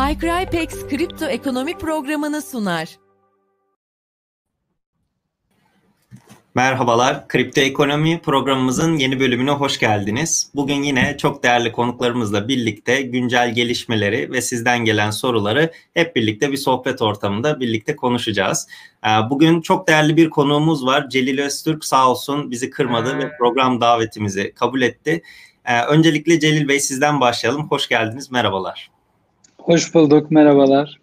iCrypex kripto ekonomi programını sunar. Merhabalar, Kripto Ekonomi programımızın yeni bölümüne hoş geldiniz. Bugün yine çok değerli konuklarımızla birlikte güncel gelişmeleri ve sizden gelen soruları hep birlikte bir sohbet ortamında birlikte konuşacağız. Bugün çok değerli bir konuğumuz var. Celil Öztürk sağ olsun bizi kırmadı ve program davetimizi kabul etti. Öncelikle Celil Bey sizden başlayalım. Hoş geldiniz, merhabalar. Hoş bulduk, merhabalar.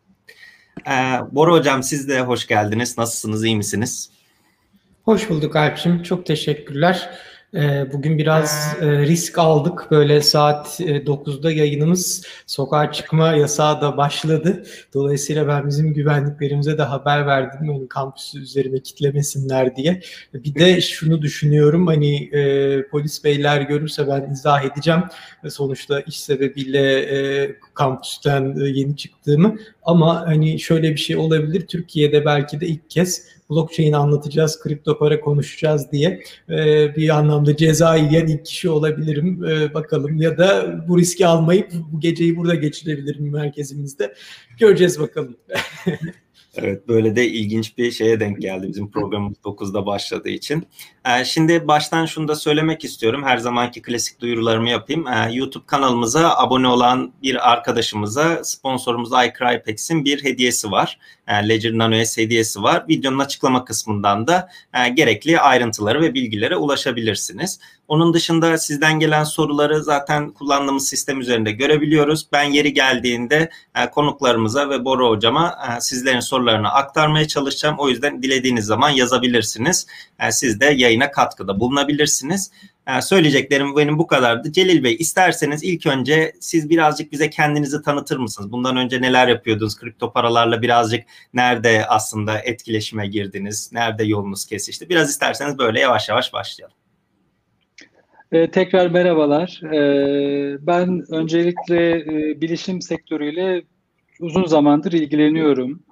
Bora Hocam siz de hoş geldiniz. Nasılsınız, iyi misiniz? Hoş bulduk Alp'cim. Çok teşekkürler. Bugün biraz risk aldık. Böyle saat 9'da yayınımız, sokağa çıkma yasağı da başladı. Dolayısıyla ben bizim güvenliklerimize de haber verdim. Hani kampüsü üzerine kitlemesinler diye. Bir de şunu düşünüyorum. Hani polis beyler görürse ben izah edeceğim. Sonuçta iş sebebiyle kampüsten yeni çıktığımı. Ama hani şöyle bir şey olabilir. Türkiye'de belki de ilk kez blockchain anlatacağız, kripto para konuşacağız diye bir anlamda ceza yiyen ilk kişi olabilirim. Bakalım, ya da bu riski almayıp bu geceyi burada geçirebilirim merkezimizde. Göreceğiz bakalım. Evet, böyle de ilginç bir şeye denk geldi bizim programımız 9'da başladığı için. Şimdi baştan şunu da söylemek istiyorum. Her zamanki klasik duyurularımı yapayım. YouTube kanalımıza abone olan bir arkadaşımıza sponsorumuz iCrypex'in bir hediyesi var. Ledger Nano S hediyesi var. Videonun açıklama kısmından da gerekli ayrıntıları ve bilgilere ulaşabilirsiniz. Onun dışında sizden gelen soruları zaten kullandığımız sistem üzerinde görebiliyoruz. Ben yeri geldiğinde konuklarımıza ve Bora Hocama sizlerin sorularını aktarmaya çalışacağım. O yüzden dilediğiniz zaman yazabilirsiniz. Siz de yayına katkıda bulunabilirsiniz. Söyleyeceklerim benim bu kadardı. Celil Bey, isterseniz ilk önce siz birazcık bize kendinizi tanıtır mısınız? Bundan önce neler yapıyordunuz? Kripto paralarla birazcık nerede aslında etkileşime girdiniz? Nerede yolunuz kesişti? Biraz isterseniz böyle yavaş yavaş başlayalım. Tekrar merhabalar. Ben öncelikle bilişim sektörüyle uzun zamandır ilgileniyorum.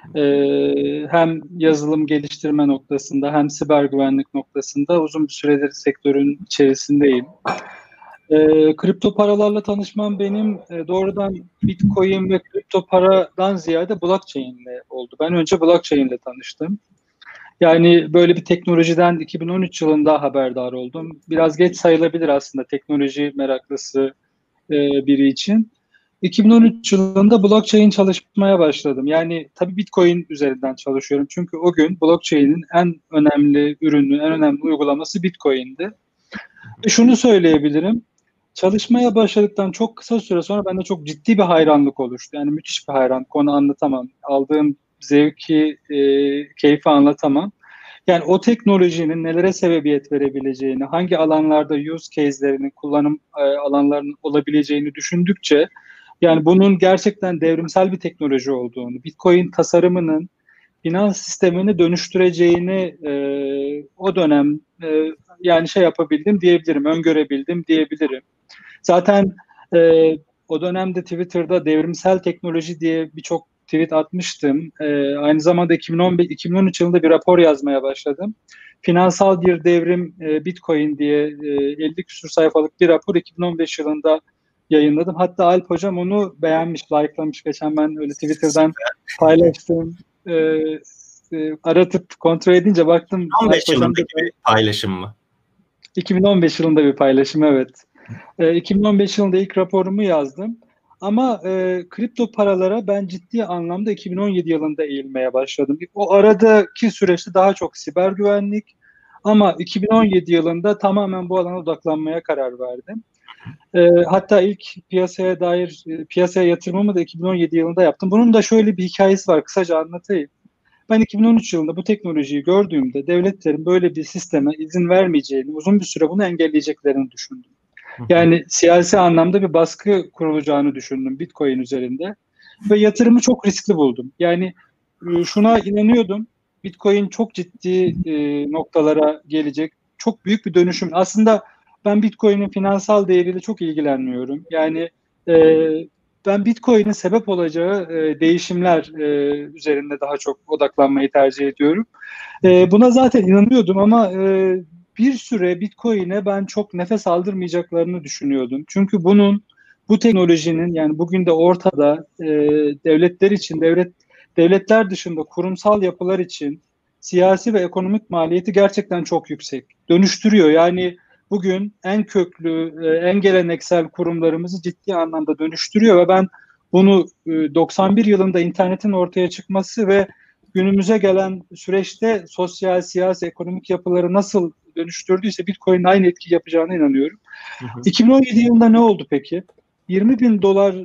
Hem yazılım geliştirme noktasında hem siber güvenlik noktasında uzun bir süredir sektörün içerisindeyim. Kripto paralarla tanışmam benim doğrudan Bitcoin ve kripto paradan ziyade blockchain ile oldu. Ben önce blockchain ile tanıştım. Yani böyle bir teknolojiden 2013 yılında haberdar oldum. Biraz geç sayılabilir aslında teknoloji meraklısı biri için. 2013 yılında blockchain çalışmaya başladım. Yani tabii Bitcoin üzerinden çalışıyorum. Çünkü o gün blockchain'in en önemli ürünü, en önemli uygulaması Bitcoin'di. Ve şunu söyleyebilirim. Çalışmaya başladıktan çok kısa süre sonra bende çok ciddi bir hayranlık oluştu. Yani müthiş bir hayranlık, onu anlatamam. Aldığım zevki, keyfi anlatamam. Yani o teknolojinin nelere sebebiyet verebileceğini, hangi alanlarda use case'lerinin, kullanım alanlarının olabileceğini düşündükçe, yani bunun gerçekten devrimsel bir teknoloji olduğunu, Bitcoin tasarımının finans sistemini dönüştüreceğini o dönem yani yapabildim diyebilirim, öngörebildim diyebilirim. Zaten o dönemde Twitter'da devrimsel teknoloji diye birçok tweet atmıştım. Aynı zamanda 2013 yılında bir rapor yazmaya başladım. Finansal bir devrim Bitcoin diye 50 küsur sayfalık bir rapor 2015 yılında yayınladım. Hatta Alp Hocam onu beğenmiş, like'lamış. Geçen ben öyle Twitter'dan paylaştım. Aratıp kontrol edince baktım. 2015 yılındaki bir paylaşım mı? 2015 yılında bir paylaşım, evet. 2015 yılında ilk raporumu yazdım. Ama kripto paralara ben ciddi anlamda 2017 yılında eğilmeye başladım. O aradaki süreçte daha çok siber güvenlik, ama 2017 yılında tamamen bu alana odaklanmaya karar verdim. Hatta ilk piyasaya yatırımımı da 2017 yılında yaptım. Bunun da şöyle bir hikayesi var, kısaca anlatayım. Ben 2013 yılında bu teknolojiyi gördüğümde devletlerin böyle bir sisteme izin vermeyeceğini, uzun bir süre bunu engelleyeceklerini düşündüm. Yani siyasi anlamda bir baskı kurulacağını düşündüm Bitcoin üzerinde ve yatırımı çok riskli buldum. Yani şuna inanıyordum, Bitcoin çok ciddi noktalara gelecek, çok büyük bir dönüşüm. Aslında ben Bitcoin'in finansal değeriyle çok ilgilenmiyorum. Yani ben Bitcoin'in sebep olacağı değişimler üzerinde daha çok odaklanmayı tercih ediyorum. Buna zaten inanıyordum ama bir süre Bitcoin'e ben çok nefes aldırmayacaklarını düşünüyordum. Çünkü bunun bu teknolojinin, yani bugün de ortada, devletler için, devletler dışında kurumsal yapılar için siyasi ve ekonomik maliyeti gerçekten çok yüksek. Dönüştürüyor. Yani bugün en köklü, en geleneksel kurumlarımızı ciddi anlamda dönüştürüyor ve ben bunu 91 yılında internetin ortaya çıkması ve günümüze gelen süreçte sosyal, siyasi, ekonomik yapıları nasıl dönüştürdüyse Bitcoin'in aynı etki yapacağına inanıyorum. 2017 yılında ne oldu peki? 20 bin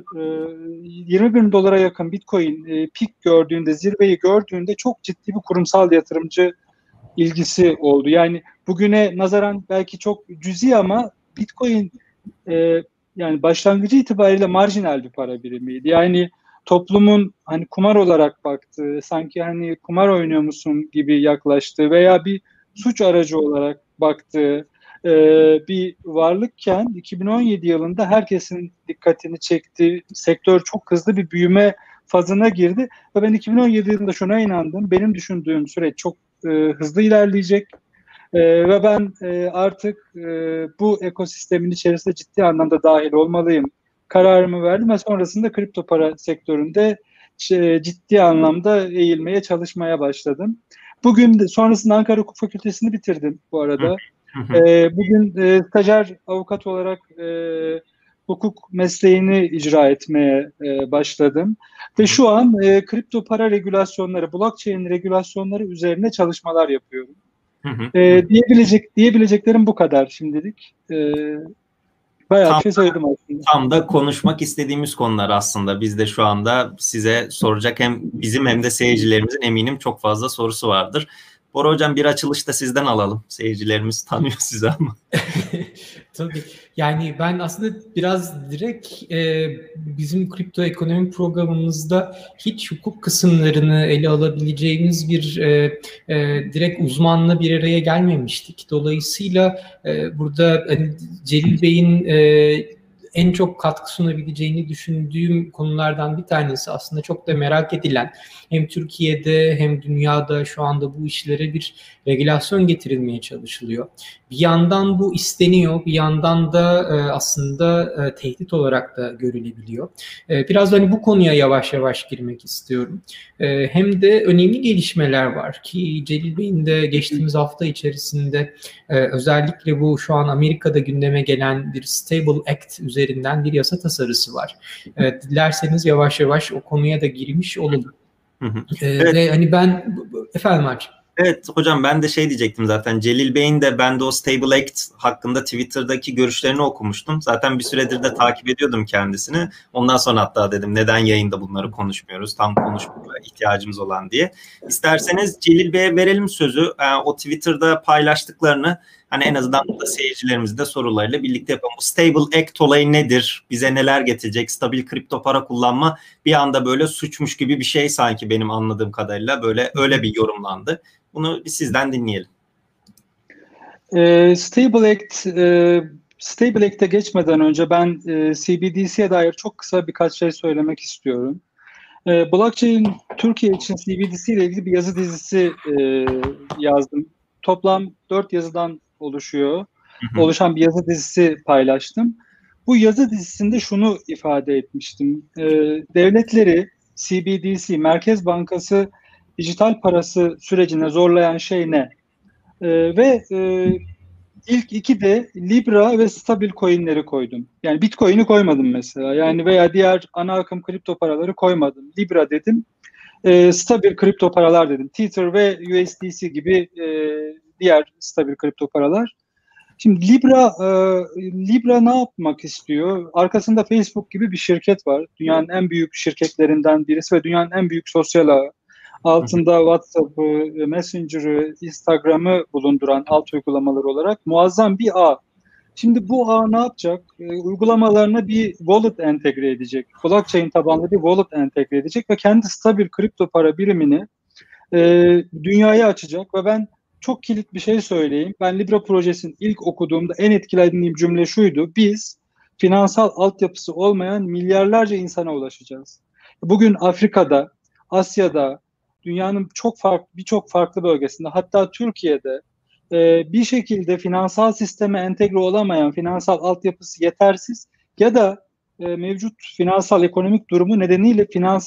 dolara yakın Bitcoin peak gördüğünde, zirveyi gördüğünde çok ciddi bir kurumsal yatırımcı ilgisi oldu. Yani bugüne nazaran belki çok cüzi ama Bitcoin yani başlangıcı itibariyle marjinal bir para birimiydi. Yani toplumun hani kumar olarak baktığı, sanki hani kumar oynuyormuşsun gibi yaklaştığı veya bir suç aracı olarak baktığı bir varlıkken 2017 yılında herkesin dikkatini çekti. Sektör çok hızlı bir büyüme fazına girdi ve ben 2017 yılında şuna inandım. Benim düşündüğüm süreç çok hızlı ilerleyecek ve ben artık bu ekosistemin içerisinde ciddi anlamda dahil olmalıyım kararımı verdim ve sonrasında kripto para sektöründe ciddi anlamda eğilmeye, çalışmaya başladım. Bugün de, sonrasında Ankara Hukuk Fakültesini bitirdim bu arada. Bugün stajyer avukat olarak hukuk mesleğini icra etmeye başladım. Ve şu an kripto para regülasyonları, blockchain regülasyonları üzerine çalışmalar yapıyorum. Diyebileceklerim bu kadar şimdilik. Bayağı bir şey söyledim aslında. Tam da konuşmak istediğimiz konular aslında. Biz de şu anda size soracak hem bizim hem de seyircilerimizin eminim çok fazla sorusu vardır. Bora Hocam, bir açılışta sizden alalım. Seyircilerimiz tanıyor sizi ama. Tabii. Yani ben aslında biraz direkt bizim kripto ekonomi programımızda hiç hukuk kısımlarını ele alabileceğimiz bir direkt uzmanla bir araya gelmemiştik. Dolayısıyla burada hani Celil Bey'in en çok katkı sunabileceğini düşündüğüm konulardan bir tanesi, aslında çok da merak edilen, hem Türkiye'de hem dünyada şu anda bu işlere bir regülasyon getirilmeye çalışılıyor. Bir yandan bu isteniyor, bir yandan da aslında tehdit olarak da görülebiliyor. Biraz da hani bu konuya yavaş yavaş girmek istiyorum. Hem de önemli gelişmeler var ki Celil Bey'in de geçtiğimiz hafta içerisinde özellikle bu şu an Amerika'da gündeme gelen bir Stable Act üzerinden bir yasa tasarısı var. Dilerseniz yavaş yavaş o konuya da girmiş olalım. Evet. Ve hani ben efendim Arçın. Evet hocam, ben de şey diyecektim zaten. Celil Bey'in de ben de o Stable Act hakkında Twitter'daki görüşlerini okumuştum. Zaten bir süredir de takip ediyordum kendisini. Ondan sonra hatta dedim neden yayında bunları konuşmuyoruz? Tam konuşmaya ihtiyacımız olan diye. İsterseniz Celil Bey'e verelim sözü. O Twitter'da paylaştıklarını hani en azından burada seyircilerimizin de sorularıyla birlikte yapalım. Bu Stable Act olayı nedir? Bize neler getirecek? Stabil kripto para kullanma bir anda böyle suçmuş gibi bir şey sanki, benim anladığım kadarıyla böyle öyle bir yorumlandı. Bunu sizden dinleyelim. Stable Act'e geçmeden önce ben CBDC'ye dair çok kısa birkaç şey söylemek istiyorum. Blockchain Türkiye için CBDC ile ilgili bir yazı dizisi yazdım. Toplam 4 yazıdan oluşan bir yazı dizisi paylaştım. Bu yazı dizisinde şunu ifade etmiştim. Devletleri CBDC, Merkez Bankası dijital parası sürecine zorlayan şey ne? İlk iki de Libra ve stabil coinleri koydum. Yani Bitcoin'i koymadım mesela. Yani veya diğer ana akım kripto paraları koymadım. Libra dedim. Stabil kripto paralar dedim. Tether ve USDC gibi diğer stabil kripto paralar. Şimdi Libra ne yapmak istiyor? Arkasında Facebook gibi bir şirket var. Dünyanın en büyük şirketlerinden birisi ve dünyanın en büyük sosyal ağı. Altında WhatsApp'ı, Messenger'ı, Instagram'ı bulunduran alt uygulamalar olarak muazzam bir ağ. Şimdi bu ağ ne yapacak? Uygulamalarına bir wallet entegre edecek. Blockchain tabanlı bir wallet entegre edecek ve kendi stabil kripto para birimini dünyaya açacak ve ben çok kilit bir şey söyleyeyim. Ben Libra projesini ilk okuduğumda en etkilendiğim cümle şuydu. Biz finansal altyapısı olmayan milyarlarca insana ulaşacağız. Bugün Afrika'da, Asya'da, dünyanın birçok farklı bölgesinde, hatta Türkiye'de bir şekilde finansal sisteme entegre olamayan, finansal altyapısı yetersiz ya da mevcut finansal ekonomik durumu nedeniyle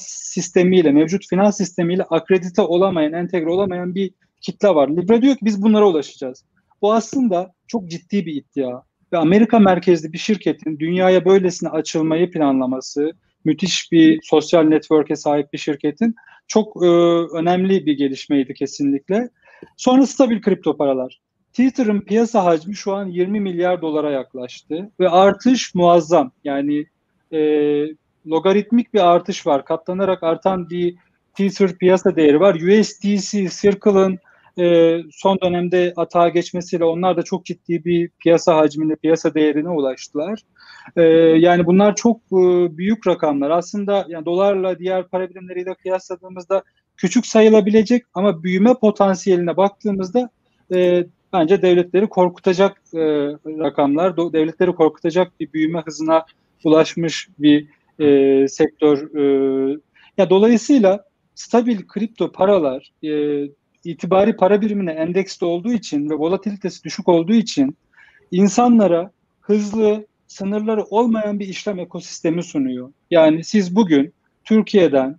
mevcut finans sistemiyle akredite olamayan, entegre olamayan bir kitle var. Libra diyor ki biz bunlara ulaşacağız. Bu aslında çok ciddi bir iddia. Ve Amerika merkezli bir şirketin dünyaya böylesine açılmayı planlaması, müthiş bir sosyal network'e sahip bir şirketin çok önemli bir gelişmeydi kesinlikle. Sonra stabil kripto paralar. Tether'ın piyasa hacmi şu an 20 milyar dolara yaklaştı ve artış muazzam. Yani logaritmik bir artış var. Katlanarak artan bir Tether piyasa değeri var. USDC, Circle'ın son dönemde atağa geçmesiyle onlar da çok ciddi bir piyasa hacmine, piyasa değerine ulaştılar. Yani bunlar çok büyük rakamlar. Aslında yani dolarla diğer para birimleriyle kıyasladığımızda küçük sayılabilecek ama büyüme potansiyeline baktığımızda bence devletleri korkutacak rakamlar, devletleri korkutacak bir büyüme hızına ulaşmış bir sektör. Ya dolayısıyla stabil kripto paralar itibari para birimine endeksli olduğu için ve volatilitesi düşük olduğu için insanlara hızlı, sınırları olmayan bir işlem ekosistemi sunuyor. Yani siz bugün Türkiye'den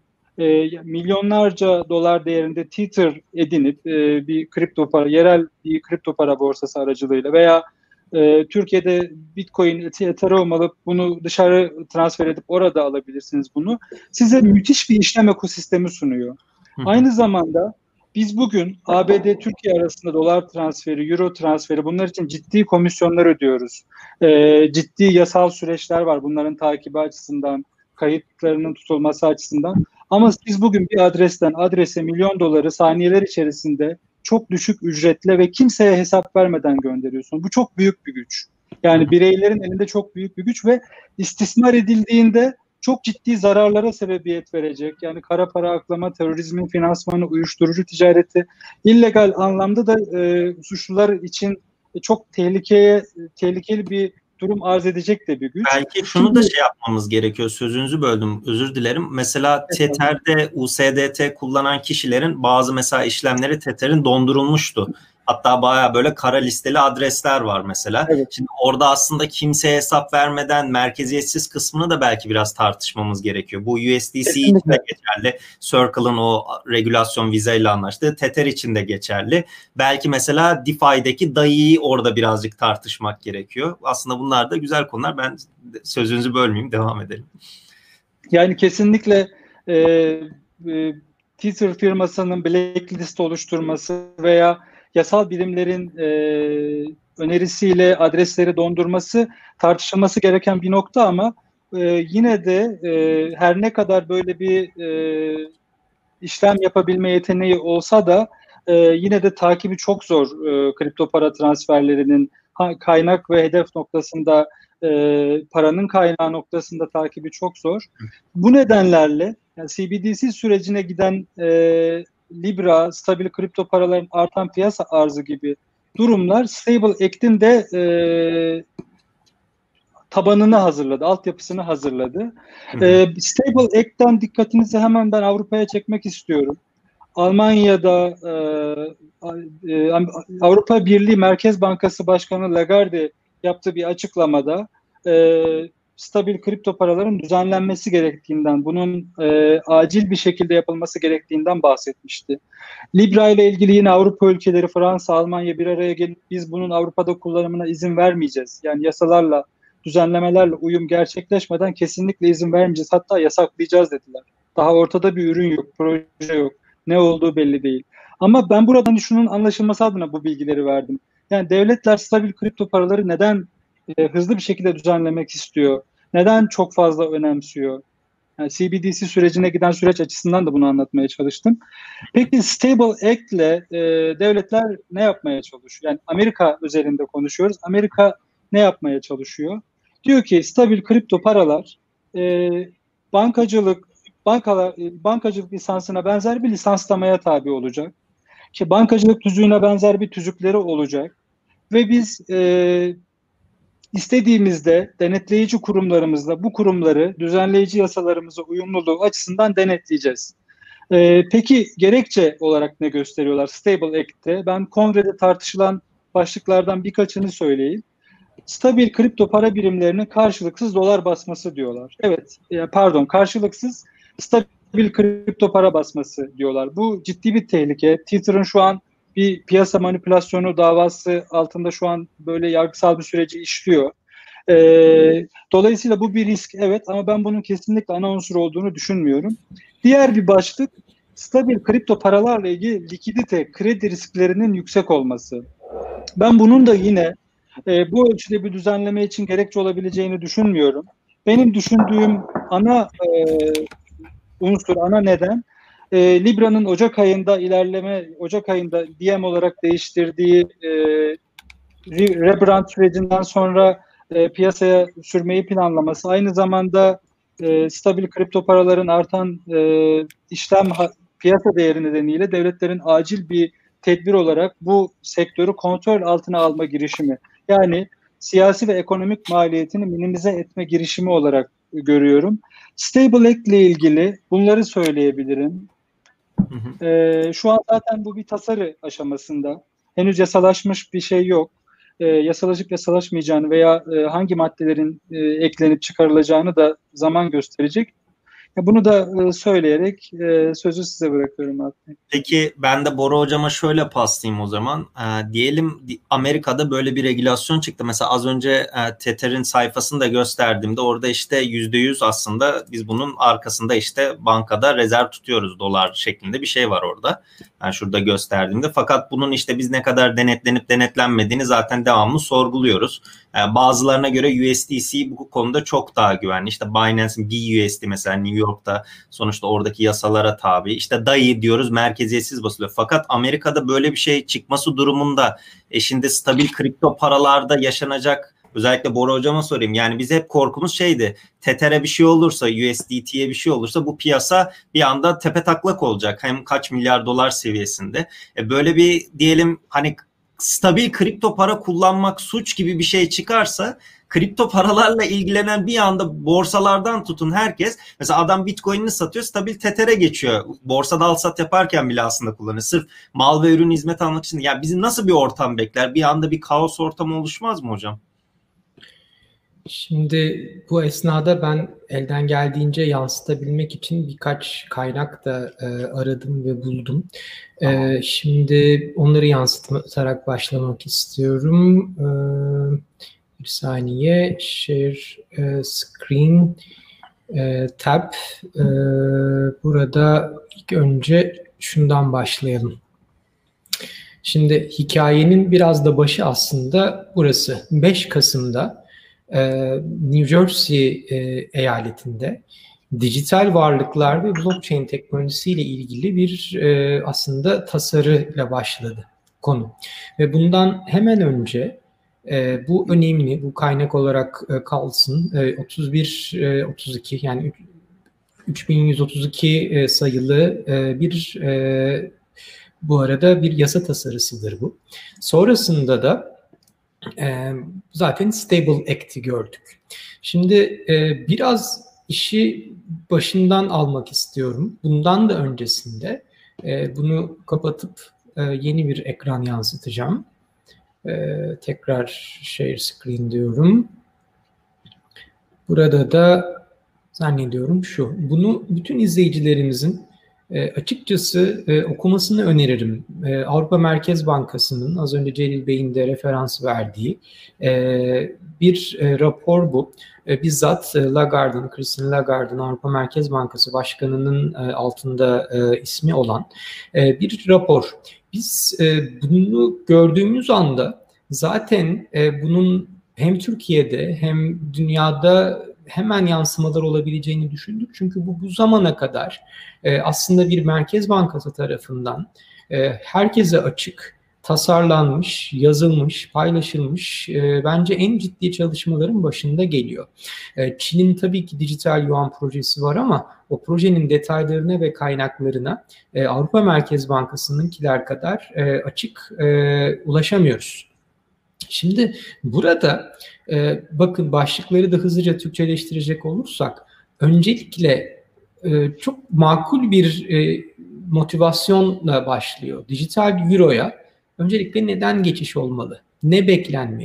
milyonlarca dolar değerinde Tether edinip bir kripto para, yerel bir kripto para borsası aracılığıyla veya Türkiye'de Bitcoin, Ethereum alıp bunu dışarı transfer edip orada alabilirsiniz bunu. Size müthiş bir işlem ekosistemi sunuyor. Aynı zamanda biz bugün ABD Türkiye arasında dolar transferi, euro transferi bunlar için ciddi komisyonlar ödüyoruz. Ciddi yasal süreçler var bunların takibi açısından, kayıtlarının tutulması açısından. Ama siz bugün bir adresten adrese milyon doları saniyeler içerisinde çok düşük ücretle ve kimseye hesap vermeden gönderiyorsun. Bu çok büyük bir güç. Yani bireylerin elinde çok büyük bir güç ve istismar edildiğinde çok ciddi zararlara sebebiyet verecek. Yani kara para aklama, terörizmin finansmanı, uyuşturucu ticareti, illegal anlamda da suçlular için çok tehlikeli bir durum arz edecek de bir güç. Belki şunu da yapmamız gerekiyor. Sözünüzü böldüm. Özür dilerim. Mesela Tether'de USDT kullanan kişilerin bazı mesela işlemleri Tether'in dondurulmuştu. Hatta bayağı böyle kara listeli adresler var mesela. Evet. Şimdi orada aslında kimseye hesap vermeden merkeziyetsiz kısmını da belki biraz tartışmamız gerekiyor. Bu USDC için de geçerli. Circle'ın o regülasyon vizeyle anlaştığı Tether için de geçerli. Belki mesela DeFi'deki DAI'yi orada birazcık tartışmak gerekiyor. Aslında bunlar da güzel konular. Ben sözünüzü bölmeyeyim, devam edelim. Yani kesinlikle Tether firmasının blacklist oluşturması veya yasal birimlerin önerisiyle adresleri dondurması tartışılması gereken bir nokta ama yine de her ne kadar böyle bir işlem yapabilme yeteneği olsa da yine de takibi çok zor kripto para transferlerinin kaynak ve hedef noktasında paranın kaynağı noktasında takibi çok zor. Bu nedenlerle yani CBDC sürecine giden Libra, stabil kripto paraların artan piyasa arzı gibi durumlar Stable Act'in de tabanını hazırladı, altyapısını hazırladı. Stable Act'ten dikkatinizi hemen ben Avrupa'ya çekmek istiyorum. Almanya'da Avrupa Birliği Merkez Bankası Başkanı Lagarde yaptığı bir açıklamada stabil kripto paraların düzenlenmesi gerektiğinden, bunun acil bir şekilde yapılması gerektiğinden bahsetmişti. Libra ile ilgili yine Avrupa ülkeleri, Fransa, Almanya bir araya gelip biz bunun Avrupa'da kullanımına izin vermeyeceğiz. Yani yasalarla, düzenlemelerle uyum gerçekleşmeden kesinlikle izin vermeyeceğiz. Hatta yasaklayacağız dediler. Daha ortada bir ürün yok, proje yok. Ne olduğu belli değil. Ama ben buradan şunun anlaşılması adına bu bilgileri verdim. Yani devletler stabil kripto paraları neden hızlı bir şekilde düzenlemek istiyor? Neden çok fazla önemsiyor? Yani CBDC sürecine giden süreç açısından da bunu anlatmaya çalıştım. Peki Stable Act ile devletler ne yapmaya çalışıyor? Yani Amerika özelinde konuşuyoruz. Amerika ne yapmaya çalışıyor? Diyor ki stabil kripto paralar bankacılık lisansına benzer bir lisanslamaya tabi olacak. Ki bankacılık tüzüğüne benzer bir tüzükleri olacak. Ve biz istediğimizde denetleyici kurumlarımızla bu kurumları düzenleyici yasalarımıza uyumluluğu açısından denetleyeceğiz. Peki gerekçe olarak ne gösteriyorlar Stable Act'te? Ben kongrede tartışılan başlıklardan birkaçını söyleyeyim. stabil kripto para birimlerinin karşılıksız dolar basması diyorlar. Evet, karşılıksız stabil kripto para basması diyorlar. Bu ciddi bir tehlike. Tether'ın şu an bir piyasa manipülasyonu davası altında şu an böyle yargısal bir süreci işliyor. Dolayısıyla bu bir risk, evet, ama ben bunun kesinlikle ana unsur olduğunu düşünmüyorum. Diğer bir başlık, stabil kripto paralarla ilgili likidite, kredi risklerinin yüksek olması. Ben bunun da yine bu ölçüde bir düzenleme için gerekçe olabileceğini düşünmüyorum. Benim düşündüğüm ana unsur, ana neden, Libra'nın Ocak ayında DM olarak değiştirdiği rebrand sürecinden sonra piyasaya sürmeyi planlaması, aynı zamanda stabil kripto paraların artan piyasa değeri nedeniyle devletlerin acil bir tedbir olarak bu sektörü kontrol altına alma girişimi. Yani siyasi ve ekonomik maliyetini minimize etme girişimi olarak görüyorum. Stable Act ile ilgili bunları söyleyebilirim. Şu an zaten bu bir tasarı aşamasında. Henüz yasalaşmış bir şey yok. Yasalaşıp yasalaşmayacağını veya hangi maddelerin eklenip çıkarılacağını da zaman gösterecek. Bunu da söyleyerek sözü size bırakıyorum abi. Peki ben de Bora hocama şöyle paslayayım o zaman. Diyelim Amerika'da böyle bir regülasyon çıktı. Mesela az önce Tether'in sayfasını da gösterdiğimde orada işte %100 aslında biz bunun arkasında işte bankada rezerv tutuyoruz dolar şeklinde bir şey var orada. Yani şurada gösterdiğimde. Fakat bunun işte biz ne kadar denetlenip denetlenmediğini zaten devamlı sorguluyoruz. Bazılarına göre USDC bu konuda çok daha güvenli. İşte Binance'in BUSD mesela New York'ta sonuçta oradaki yasalara tabi. İşte DAI diyoruz, merkeziyetsiz basılıyor. Fakat Amerika'da böyle bir şey çıkması durumunda şimdi stabil kripto paralarda yaşanacak, özellikle Bora hocama sorayım. Yani biz hep korkumuz şeydi. Tether'e bir şey olursa, USDT'ye bir şey olursa bu piyasa bir anda tepetaklak olacak. Hem kaç milyar dolar seviyesinde. Böyle bir diyelim hani stabil kripto para kullanmak suç gibi bir şey çıkarsa kripto paralarla ilgilenen bir anda borsalardan tutun herkes. Mesela adam Bitcoin'ini satıyor, stabil Tether'e geçiyor. Borsada al sat yaparken bile aslında kullanıyor. Sırf mal ve ürün hizmet almak için. Ya bizim nasıl bir ortam bekler? Bir anda bir kaos ortamı oluşmaz mı hocam? Şimdi bu esnada ben elden geldiğince yansıtabilmek için birkaç kaynak da aradım ve buldum. Şimdi onları yansıtarak başlamak istiyorum. Bir saniye. Share screen tab. Burada ilk önce şundan başlayalım. Şimdi hikayenin biraz da başı aslında burası. 5 Kasım'da New Jersey eyaletinde dijital varlıklar ve blockchain teknolojisiyle ilgili bir aslında tasarıyla başladı konu. Ve bundan hemen önce bu önemli, bu kaynak olarak kalsın, 31-32 yani 3132 sayılı bir bu arada bir yasa tasarısıdır bu. Sonrasında da zaten Stable Act'i gördük. Şimdi biraz işi başından almak istiyorum. Bundan da öncesinde bunu kapatıp yeni bir ekran yansıtacağım. Tekrar share screen diyorum. Burada da zannediyorum şu. Bunu bütün izleyicilerimizin açıkçası okumasını öneririm. Avrupa Merkez Bankası'nın az önce Celil Bey'in de referans verdiği bir rapor bu. Bizzat Christine Lagarde'ın Avrupa Merkez Bankası Başkanı'nın altında ismi olan bir rapor. Biz bunu gördüğümüz anda zaten bunun hem Türkiye'de hem dünyada hemen yansımalar olabileceğini düşündük. Çünkü bu zamana kadar aslında bir merkez bankası tarafından herkese açık, tasarlanmış, yazılmış, paylaşılmış bence en ciddi çalışmaların başında geliyor. Çin'in tabii ki dijital yuan projesi var ama o projenin detaylarına ve kaynaklarına Avrupa Merkez Bankası'nınkiler kadar açık ulaşamıyoruz. Şimdi burada bakın başlıkları da hızlıca Türkçeleştirecek olursak öncelikle çok makul bir motivasyonla başlıyor. Dijital Euro'ya öncelikle neden geçiş olmalı? Ne beklenmeli?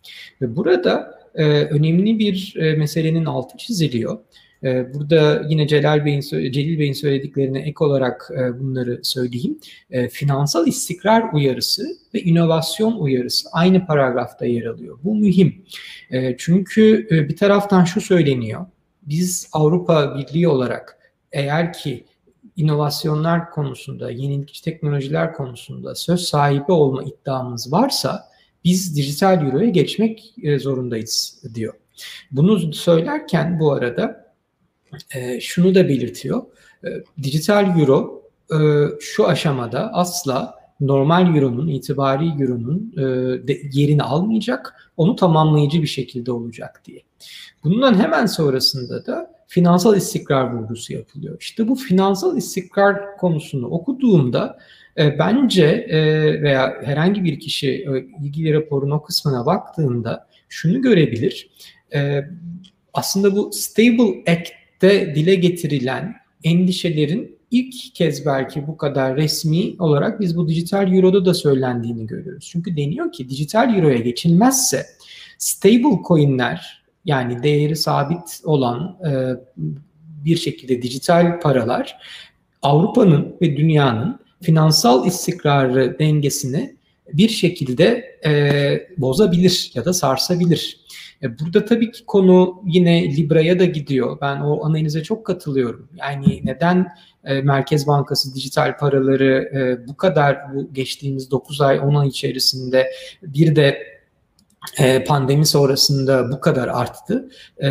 Ve burada önemli bir meselenin altı çiziliyor. Burada yine Celil Bey'in söylediklerine ek olarak bunları söyleyeyim. Finansal istikrar uyarısı ve inovasyon uyarısı aynı paragrafta yer alıyor. Bu mühim. Çünkü bir taraftan şu söyleniyor. Biz Avrupa Birliği olarak eğer ki inovasyonlar konusunda, yenilikçi teknolojiler konusunda söz sahibi olma iddiamız varsa biz dijital euroya geçmek zorundayız diyor. Bunu söylerken bu arada şunu da belirtiyor. Dijital euro şu aşamada asla normal euronun, itibari euronun yerini almayacak, onu tamamlayıcı bir şekilde olacak diye. Bundan hemen sonrasında da finansal istikrar vurgusu yapılıyor. İşte bu finansal istikrar konusunu okuduğumda bence veya herhangi bir kişi ilgili raporun o kısmına baktığında şunu görebilir. Aslında bu Stable Act'te dile getirilen endişelerin ilk kez belki bu kadar resmi olarak biz bu dijital euroda da söylendiğini görüyoruz. Çünkü deniyor ki dijital euroya geçilmezse stable coin'ler, yani değeri sabit olan bir şekilde dijital paralar Avrupa'nın ve dünyanın finansal istikrarı dengesini bir şekilde bozabilir ya da sarsabilir. Burada tabii ki konu yine Libra'ya da gidiyor. Ben o analize çok katılıyorum. Yani neden Merkez Bankası dijital paraları bu kadar bu geçtiğimiz 9 ay 10 ay içerisinde bir de pandemi sonrasında bu kadar arttı.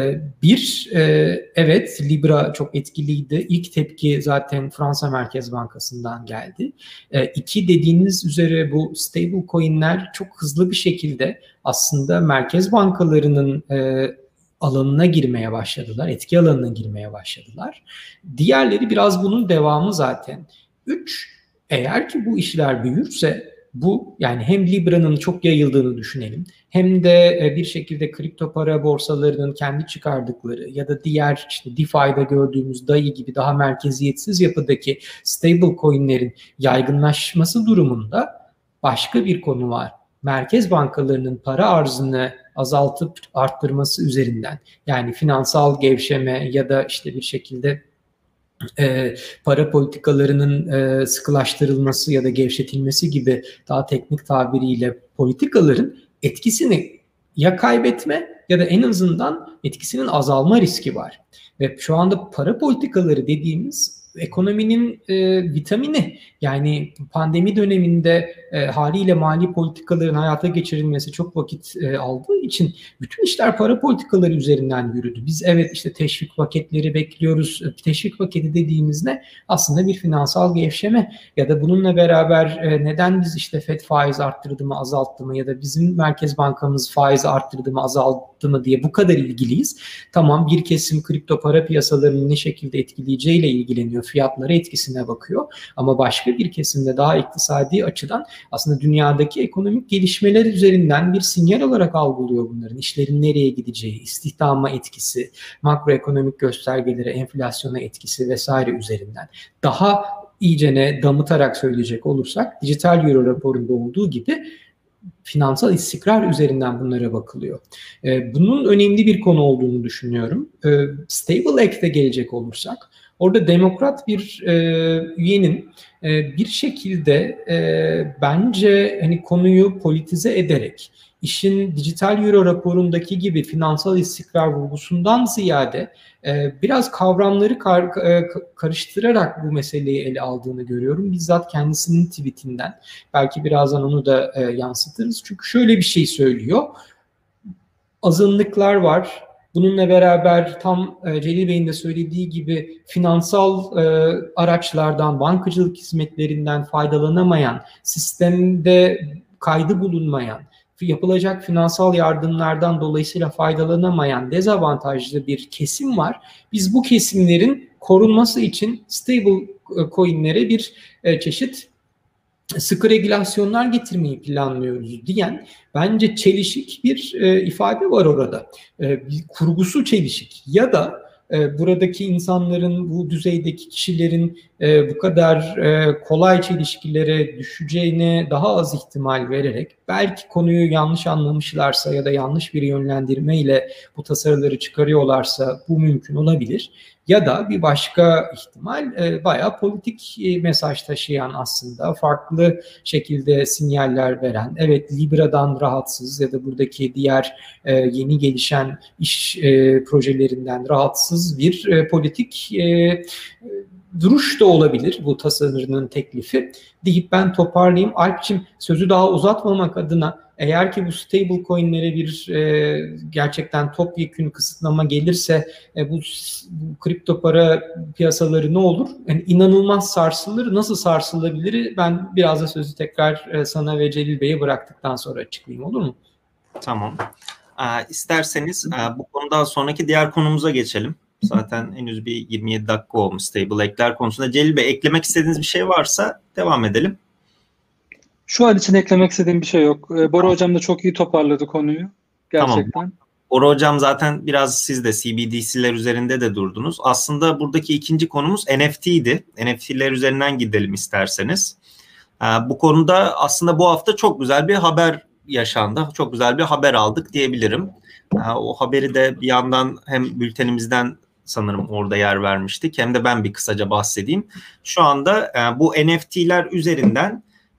Evet, Libra çok etkiliydi. İlk tepki zaten Fransa Merkez Bankası'ndan geldi. İki, dediğiniz üzere bu stable coin'ler çok hızlı bir şekilde aslında merkez bankalarının alanına girmeye başladılar. Etki alanına girmeye başladılar. Diğerleri biraz bunun devamı zaten. 3, eğer ki bu işler büyürse bu, yani hem Libra'nın çok yayıldığını düşünelim, hem de bir şekilde kripto para borsalarının kendi çıkardıkları ya da diğer işte DeFi'de gördüğümüz DAI gibi daha merkeziyetsiz yapıdaki stable coin'lerin yaygınlaşması durumunda başka bir konu var. Merkez bankalarının para arzını azaltıp arttırması üzerinden, yani finansal gevşeme ya da işte bir şekilde para politikalarının sıkılaştırılması ya da gevşetilmesi gibi daha teknik tabiriyle politikaların etkisini ya kaybetme ya da en azından etkisinin azalma riski var. Ve şu anda para politikaları dediğimiz ekonominin vitamini, yani pandemi döneminde haliyle mali politikaların hayata geçirilmesi çok vakit aldığı için bütün işler para politikaları üzerinden yürüdü. Biz evet işte teşvik paketleri bekliyoruz. Teşvik paketi dediğimiz ne? Aslında bir finansal gevşeme ya da bununla beraber neden biz işte FED faiz arttırdı mı azalttı mı ya da bizim Merkez Bankamız faiz arttırdı mı azalttı mı diye bu kadar ilgiliyiz. Tamam, bir kesim kripto para piyasalarının ne şekilde etkileyeceğiyle ilgileniyor, fiyatlara etkisine bakıyor ama başka bir kesimde daha iktisadi açıdan aslında dünyadaki ekonomik gelişmeler üzerinden bir sinyal olarak algılıyor bunların. İşlerin nereye gideceği, istihdama etkisi, makroekonomik göstergelere, enflasyona etkisi vesaire üzerinden. Daha iyicene damıtarak söyleyecek olursak dijital euro raporunda olduğu gibi finansal istikrar üzerinden bunlara bakılıyor. Bunun önemli bir konu olduğunu düşünüyorum. Stable Act'e gelecek olursak, orada demokrat bir üyenin bir şekilde bence hani konuyu politize ederek işin dijital euro raporundaki gibi finansal istikrar vurgusundan ziyade biraz kavramları karıştırarak bu meseleyi ele aldığını görüyorum. Bizzat kendisinin tweetinden. Belki birazdan onu da yansıtırız. Çünkü şöyle bir şey söylüyor. Azınlıklar var. Bununla beraber tam Celil Bey'in de söylediği gibi finansal araçlardan, bankacılık hizmetlerinden faydalanamayan, sistemde kaydı bulunmayan, yapılacak finansal yardımlardan dolayısıyla faydalanamayan dezavantajlı bir kesim var. Biz bu kesimlerin korunması için stable coin'lere bir çeşit sıkı regülasyonlar getirmeyi planlıyoruz diyen bence çelişik bir ifade var orada. Kurgusu çelişik ya da buradaki insanların, bu düzeydeki kişilerin bu kadar kolayca ilişkilere düşeceğine daha az ihtimal vererek, belki konuyu yanlış anlamışlarsa ya da yanlış bir yönlendirmeyle bu tasarıları çıkarıyorlarsa bu mümkün olabilir. Ya da bir başka ihtimal bayağı politik mesaj taşıyan, aslında farklı şekilde sinyaller veren, evet Libra'dan rahatsız ya da buradaki diğer yeni gelişen iş projelerinden rahatsız bir politik duruş da olabilir bu tasarının teklifi deyip ben toparlayayım. Alp'ciğim, sözü daha uzatmamak adına, eğer ki bu stable coin'lere bir gerçekten topyekün kısıtlama gelirse bu kripto para piyasaları ne olur? Yani inanılmaz sarsılır. Nasıl sarsılabilir? Ben biraz da sözü tekrar sana ve Celil Bey'e bıraktıktan sonra açıklayayım, olur mu? Tamam. İsterseniz bu konudan sonraki diğer konumuza geçelim. Zaten henüz bir 27 dakika olmuş stable ekler konusunda. Celil Bey, eklemek istediğiniz bir şey varsa devam edelim. Şu an için eklemek istediğim bir şey yok. Bora Hocam da çok iyi toparladı konuyu. Gerçekten. Tamam. Bora Hocam, zaten biraz siz de CBDC'ler üzerinde de durdunuz. Aslında buradaki ikinci konumuz NFT'ydi. NFT'ler üzerinden gidelim isterseniz. Bu konuda aslında bu hafta çok güzel bir haber yaşandı. Çok güzel bir haber aldık diyebilirim. O haberi de bir yandan hem bültenimizden sanırım orada yer vermiştik, hem de ben bir kısaca bahsedeyim. Şu anda bu NFT'ler üzerinden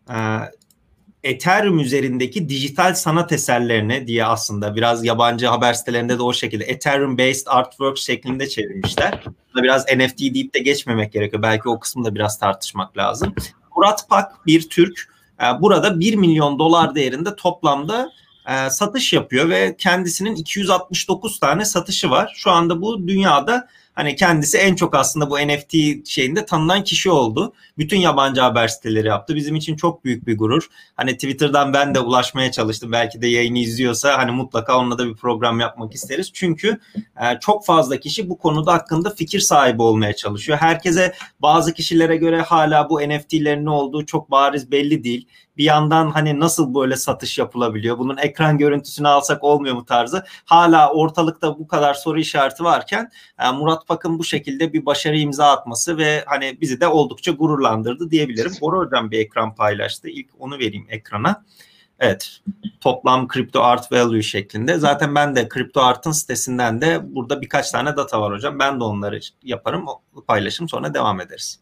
Ethereum üzerindeki dijital sanat eserlerine diye, aslında biraz yabancı haber sitelerinde de o şekilde Ethereum based artwork şeklinde çevirmişler. Biraz NFT deyip de geçmemek gerekiyor. Belki o kısmı da biraz tartışmak lazım. Murat Pak, bir Türk, burada 1 milyon dolar değerinde toplamda satış yapıyor ve kendisinin 269 tane satışı var. Şu anda bu dünyada hani kendisi en çok aslında bu NFT şeyinde tanınan kişi oldu. Bütün yabancı haber siteleri yaptı. Bizim için çok büyük bir gurur. Hani Twitter'dan ben de ulaşmaya çalıştım. Belki de yayını izliyorsa hani mutlaka onunla da bir program yapmak isteriz. Çünkü çok fazla kişi bu konuda hakkında fikir sahibi olmaya çalışıyor. Herkese, bazı kişilere göre hala bu NFT'lerin ne olduğu çok bariz belli değil. Bir yandan hani nasıl böyle satış yapılabiliyor? Bunun ekran görüntüsünü alsak olmuyor mu tarzı. Hala ortalıkta bu kadar soru işareti varken Murat Pak'ın bu şekilde bir başarı imza atması ve hani bizi de oldukça gururlandırdı diyebilirim. Bora Hocam bir ekran paylaştı. İlk onu vereyim ekrana. Evet. Toplam Crypto Art Value şeklinde. Zaten ben de Crypto Art'ın sitesinden de burada birkaç tane data var hocam. Ben de onları yaparım, paylaşım, sonra devam ederiz.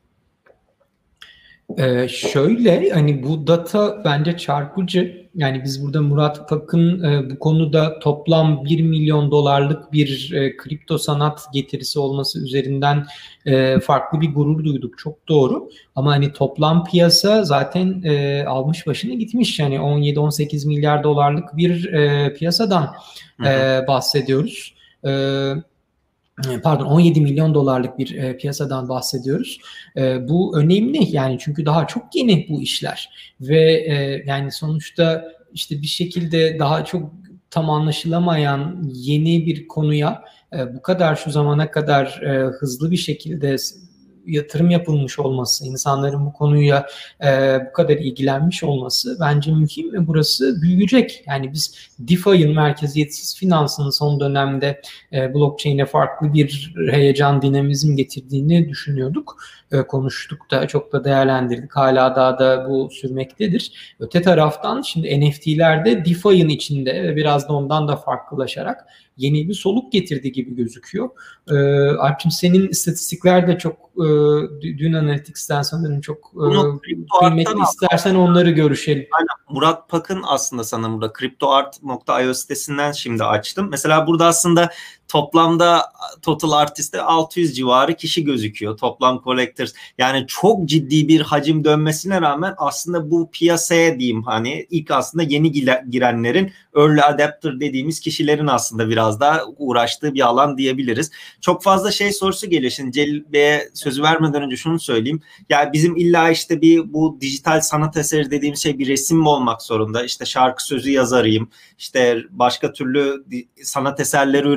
Şöyle, hani bu data bence çarpıcı. Yani biz burada Murat Pak'ın bu konuda toplam 1 milyon dolarlık bir kripto sanat getirisi olması üzerinden farklı bir gurur duyduk. Çok doğru. Ama hani toplam piyasa zaten almış başını gitmiş. Yani 17-18 milyar dolarlık bir piyasadan bahsediyoruz. Pardon, 17 milyon dolarlık bir piyasadan bahsediyoruz. Bu önemli yani, çünkü daha çok yeni bu işler ve yani sonuçta işte bir şekilde daha çok tam anlaşılamayan yeni bir konuya bu kadar şu zamana kadar hızlı bir şekilde yatırım yapılmış olması, insanların bu konuya bu kadar ilgilenmiş olması bence mühim ve burası büyüyecek. Yani biz DeFi'nin, merkeziyetsiz finansının son dönemde blockchain'e farklı bir heyecan, dinamizm getirdiğini düşünüyorduk. Konuştuk da, çok da değerlendirdik. Hala daha da bu sürmektedir. Öte taraftan şimdi NFT'lerde DeFi'nin içinde ve biraz da ondan da farklılaşarak yeni bir soluk getirdi gibi gözüküyor. Alp'cim, senin istatistikler de çok dün Analytics'ten sanırım çok kıymetli. İstersen onları görüşelim. Aynen. Murat Pak'ın aslında sanırım burada CryptoArt.io sitesinden şimdi açtım. Mesela burada aslında toplamda total artist'te 600 civarı kişi gözüküyor. Toplam collectors. Yani çok ciddi bir hacim dönmesine rağmen aslında bu piyasaya diyeyim, hani ilk aslında yeni girenlerin, early adapter dediğimiz kişilerin aslında biraz daha uğraştığı bir alan diyebiliriz. Çok fazla şey sorusu geliyor. Şimdi Celil Bey'e sözü vermeden önce şunu söyleyeyim. Yani bizim illa işte bu dijital sanat eseri dediğimiz şey bir resim mi olmak zorunda? İşte şarkı sözü yazarıyım. İşte başka türlü sanat eserleri üretiyorum.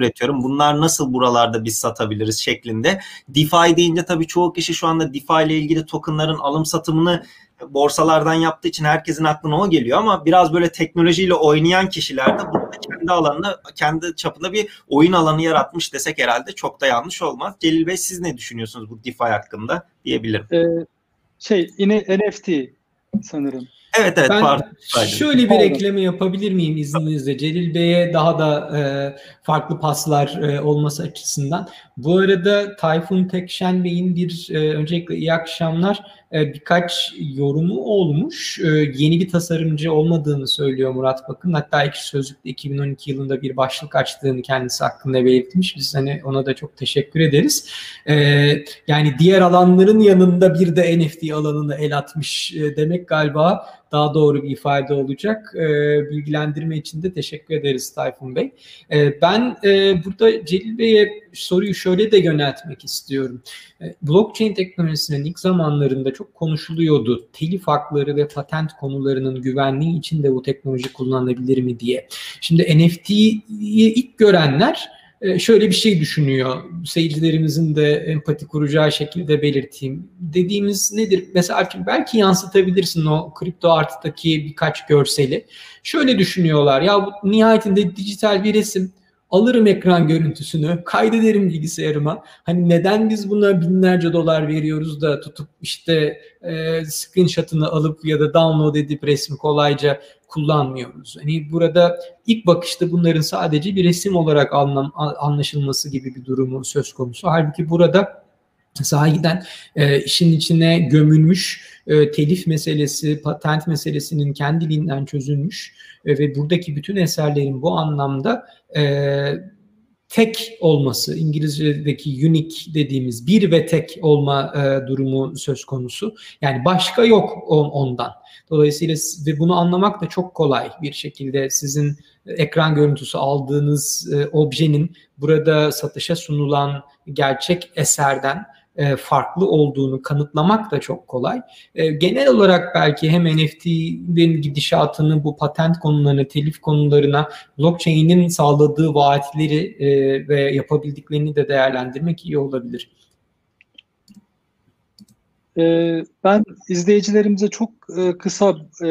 bunlar nasıl buralarda biz satabiliriz şeklinde. DeFi deyince tabii çoğu kişi şu anda DeFi ile ilgili tokenların alım satımını borsalardan yaptığı için herkesin aklına o geliyor ama biraz böyle teknolojiyle oynayan kişiler de burada kendi alanını, kendi çapında bir oyun alanı yaratmış desek herhalde çok da yanlış olmaz. Celil Bey, siz ne düşünüyorsunuz bu DeFi hakkında diyebilirim. Yine NFT sanırım. Evet, ben şöyle bir ekleme yapabilir miyim izninizle? Celil Bey'e daha da farklı paslar olması açısından. Bu arada Tayfun Tekşen Bey'in öncelikle iyi akşamlar. Birkaç yorumu olmuş. Yeni bir tasarımcı olmadığını söylüyor Murat Bakın. Hatta Ekşi Sözlük'te 2012 yılında bir başlık açtığını kendisi hakkında belirtmiş. Biz ona da çok teşekkür ederiz. Yani diğer alanların yanında bir de NFT alanına el atmış demek galiba daha doğru bir ifade olacak. Bilgilendirme için de teşekkür ederiz Tayfun Bey. Ben burada Celil Bey'e soruyu şöyle de yöneltmek istiyorum. Blockchain teknolojisinin ilk zamanlarında çok konuşuluyordu. Telif hakları ve patent konularının güvenliği için de bu teknoloji kullanılabilir mi diye. Şimdi NFT'yi ilk görenler şöyle bir şey düşünüyor. Seyircilerimizin de empati kuracağı şekilde belirteyim. Dediğimiz nedir? Mesela belki yansıtabilirsin o kripto artıdaki birkaç görseli. Şöyle düşünüyorlar. Ya bu nihayetinde dijital bir resim. Alırım ekran görüntüsünü, kaydederim bilgisayarıma. Hani neden biz buna binlerce dolar veriyoruz da tutup screenshot'ını alıp ya da download edip resmi kolayca kullanmıyoruz. Hani burada ilk bakışta bunların sadece bir resim olarak anlaşılması gibi bir durumu söz konusu. Halbuki burada sahiden işin içine gömülmüş telif meselesi, patent meselesinin kendiliğinden çözülmüş ve buradaki bütün eserlerin bu anlamda tek olması, İngilizce'deki unique dediğimiz bir ve tek olma durumu söz konusu. Yani başka yok ondan. Dolayısıyla ve bunu anlamak da çok kolay bir şekilde sizin ekran görüntüsü aldığınız objenin burada satışa sunulan gerçek eserden farklı olduğunu kanıtlamak da çok kolay. Genel olarak belki hem NFT'nin gidişatını, bu patent konularına, telif konularına, blockchain'in sağladığı vaatleri ve yapabildiklerini de değerlendirmek iyi olabilir. Ben izleyicilerimize çok kısa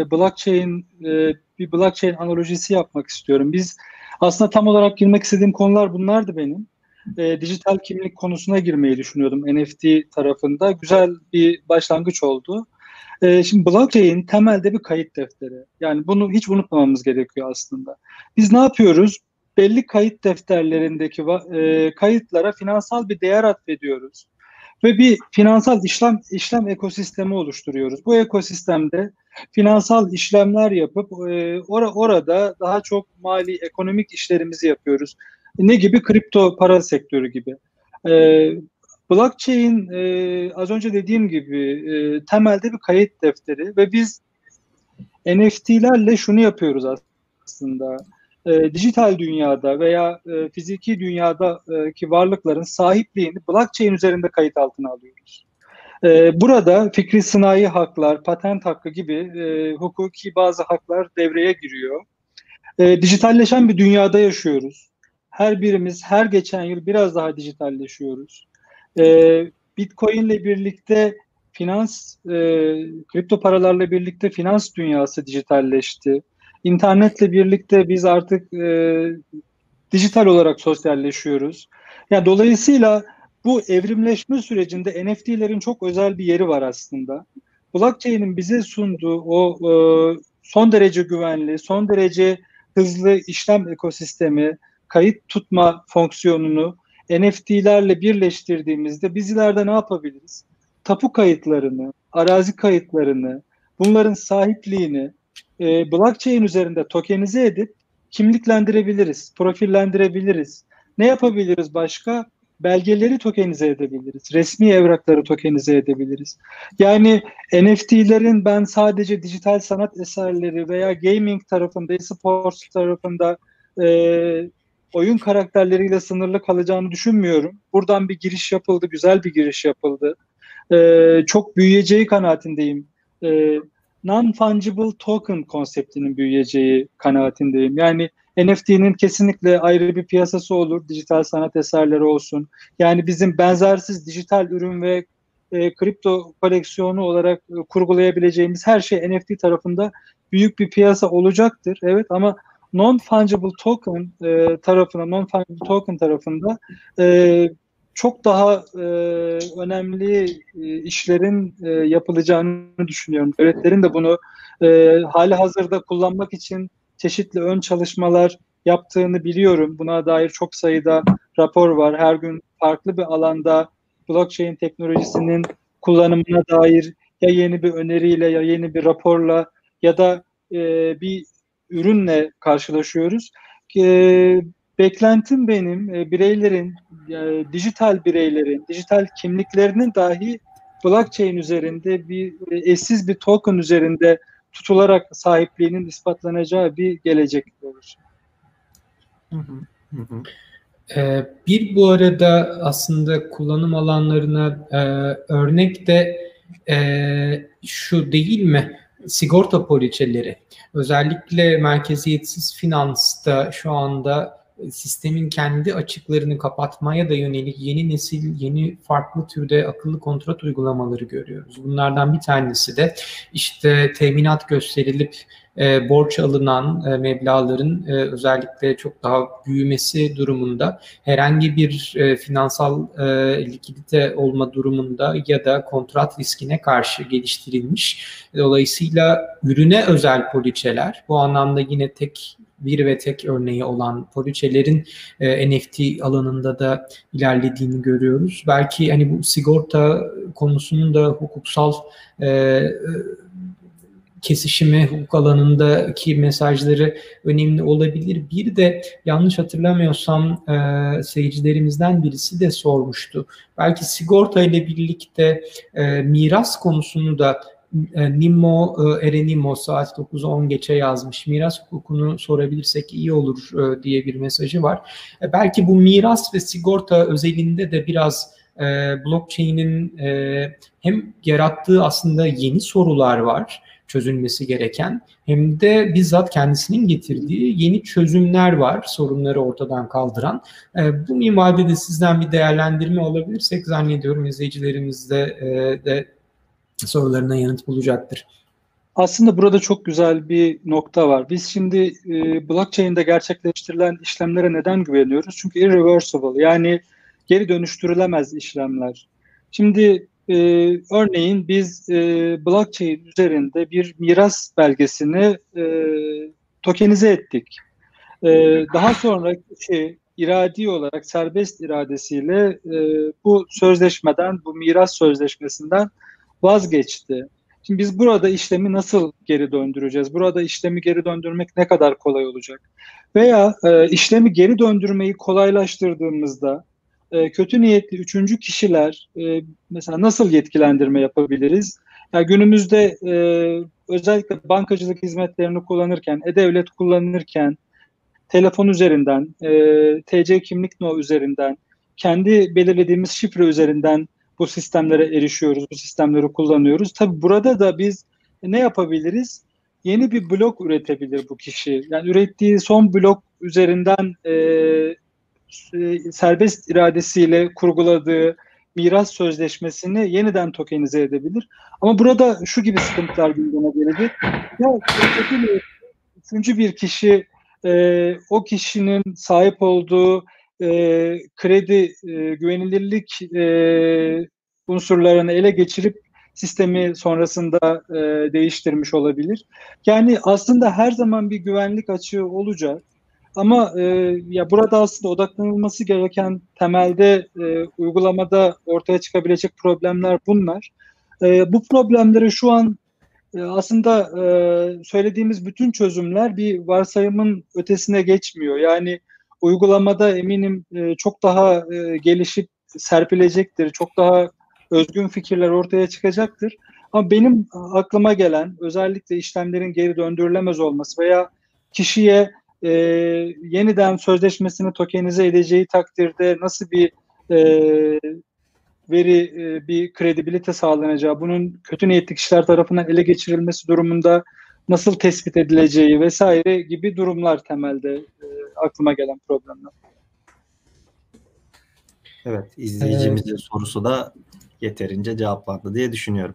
bir blockchain analojisi yapmak istiyorum. Biz aslında tam olarak girmek istediğim konular bunlardı benim. Dijital kimlik konusuna girmeyi düşünüyordum NFT tarafında. Güzel bir başlangıç oldu. Şimdi blockchain temelde bir kayıt defteri. Yani bunu hiç unutmamamız gerekiyor aslında. Biz ne yapıyoruz? Belli kayıt defterlerindeki kayıtlara finansal bir değer atfediyoruz. Ve bir finansal işlem ekosistemi oluşturuyoruz. Bu ekosistemde finansal işlemler yapıp orada daha çok mali, ekonomik işlerimizi yapıyoruz. Ne gibi? Kripto para sektörü gibi. Blockchain az önce dediğim gibi temelde bir kayıt defteri ve biz NFT'lerle şunu yapıyoruz aslında. Dijital dünyada veya fiziki dünyadaki varlıkların sahipliğini blockchain üzerinde kayıt altına alıyoruz. Burada fikri sınai haklar, patent hakkı gibi hukuki bazı haklar devreye giriyor. Dijitalleşen bir dünyada yaşıyoruz. Her birimiz her geçen yıl biraz daha dijitalleşiyoruz. Bitcoin ile birlikte kripto paralarla birlikte finans dünyası dijitalleşti. İnternetle birlikte biz artık dijital olarak sosyalleşiyoruz. Yani dolayısıyla bu evrimleşme sürecinde NFT'lerin çok özel bir yeri var aslında. Blockchain'in bize sunduğu o son derece güvenli, son derece hızlı işlem ekosistemi, kayıt tutma fonksiyonunu NFT'lerle birleştirdiğimizde biz ileride ne yapabiliriz? Tapu kayıtlarını, arazi kayıtlarını, bunların sahipliğini blockchain üzerinde tokenize edip kimliklendirebiliriz, profillendirebiliriz. Ne yapabiliriz başka? Belgeleri tokenize edebiliriz, resmi evrakları tokenize edebiliriz. Yani NFT'lerin ben sadece dijital sanat eserleri veya gaming tarafında, e-sports tarafında oyun karakterleriyle sınırlı kalacağını düşünmüyorum. Buradan bir giriş yapıldı, güzel bir giriş yapıldı. Çok büyüyeceği kanaatindeyim. Non-fungible token konseptinin büyüyeceği kanaatindeyim. Yani NFT'nin kesinlikle ayrı bir piyasası olur. Dijital sanat eserleri olsun. Yani bizim benzersiz dijital ürün ve kripto koleksiyonu olarak kurgulayabileceğimiz her şey NFT tarafında büyük bir piyasa olacaktır. Evet, ama non-fungible token tarafında çok daha önemli işlerin yapılacağını düşünüyorum. Devletlerin de bunu hali hazırda kullanmak için çeşitli ön çalışmalar yaptığını biliyorum. Buna dair çok sayıda rapor var. Her gün farklı bir alanda blockchain teknolojisinin kullanımına dair ya yeni bir öneriyle ya yeni bir raporla ya da bir ürünle karşılaşıyoruz. Beklentim benim bireylerin, dijital bireylerin, dijital kimliklerinin dahi blockchain üzerinde bir eşsiz bir token üzerinde tutularak sahipliğinin ispatlanacağı bir gelecek olur. Bir bu arada aslında kullanım alanlarına örnek de şu değil mi? Sigorta poliçeleri. Özellikle merkeziyetsiz finansta şu anda sistemin kendi açıklarını kapatmaya da yönelik yeni nesil, yeni farklı türde akıllı kontrat uygulamaları görüyoruz. Bunlardan bir tanesi de işte teminat gösterilip borç alınan meblağların özellikle çok daha büyümesi durumunda herhangi bir finansal likidite olma durumunda ya da kontrat riskine karşı geliştirilmiş. Dolayısıyla ürüne özel poliçeler, bu anlamda yine bir ve tek örneği olan poliçelerin NFT alanında da ilerlediğini görüyoruz. Belki hani bu sigorta konusunun da hukuksal kesişimi, hukuk alanındaki mesajları önemli olabilir. Bir de yanlış hatırlamıyorsam seyircilerimizden birisi de sormuştu. Belki sigorta ile birlikte miras konusunu da Nimmo Erenimo saat 9'u 10 geçe yazmış. Miras hukukunu sorabilirsek iyi olur diye bir mesajı var. Belki bu miras ve sigorta özelinde de biraz blockchain'in hem yarattığı aslında yeni sorular var çözülmesi gereken, hem de bizzat kendisinin getirdiği yeni çözümler var, sorunları ortadan kaldıran. Bu minvalde de sizden bir değerlendirme alabilirsek zannediyorum izleyicilerimiz de sorularına yanıt bulacaktır. Aslında burada çok güzel bir nokta var. Biz şimdi blockchain'de gerçekleştirilen işlemlere neden güveniyoruz? Çünkü irreversible, yani geri dönüştürülemez işlemler. Şimdi örneğin biz blockchain üzerinde bir miras belgesini tokenize ettik. Daha sonra kişi iradi olarak serbest iradesiyle bu sözleşmeden, bu miras sözleşmesinden vazgeçti. Şimdi biz burada işlemi nasıl geri döndüreceğiz? Burada işlemi geri döndürmek ne kadar kolay olacak? Veya işlemi geri döndürmeyi kolaylaştırdığımızda kötü niyetli üçüncü kişiler mesela nasıl yetkilendirme yapabiliriz? Yani günümüzde özellikle bankacılık hizmetlerini kullanırken, e-devlet kullanırken telefon üzerinden, TC kimlik no üzerinden, kendi belirlediğimiz şifre üzerinden bu sistemlere erişiyoruz, bu sistemleri kullanıyoruz. Tabii burada da biz ne yapabiliriz? Yeni bir blok üretebilir bu kişi. Yani ürettiği son blok üzerinden serbest iradesiyle kurguladığı miras sözleşmesini yeniden tokenize edebilir. Ama burada şu gibi sıkıntılar gündeme gelecek. Ya üçüncü bir kişi o kişinin sahip olduğu kredi, güvenilirlik unsurlarını ele geçirip sistemi sonrasında değiştirmiş olabilir. Yani aslında her zaman bir güvenlik açığı olacak. Ama ya burada aslında odaklanılması gereken temelde uygulamada ortaya çıkabilecek problemler bunlar. Bu problemleri şu an aslında söylediğimiz bütün çözümler bir varsayımın ötesine geçmiyor. Yani uygulamada eminim çok daha gelişip serpilecektir, çok daha özgün fikirler ortaya çıkacaktır. Ama benim aklıma gelen özellikle işlemlerin geri döndürülemez olması veya kişiye yeniden sözleşmesini tokenize edeceği takdirde nasıl bir bir kredibilite sağlanacağı, bunun kötü niyetli kişiler tarafından ele geçirilmesi durumunda nasıl tespit edileceği vesaire gibi durumlar temelde aklıma gelen problemler. Evet, izleyicimizin sorusu da yeterince cevaplandı diye düşünüyorum.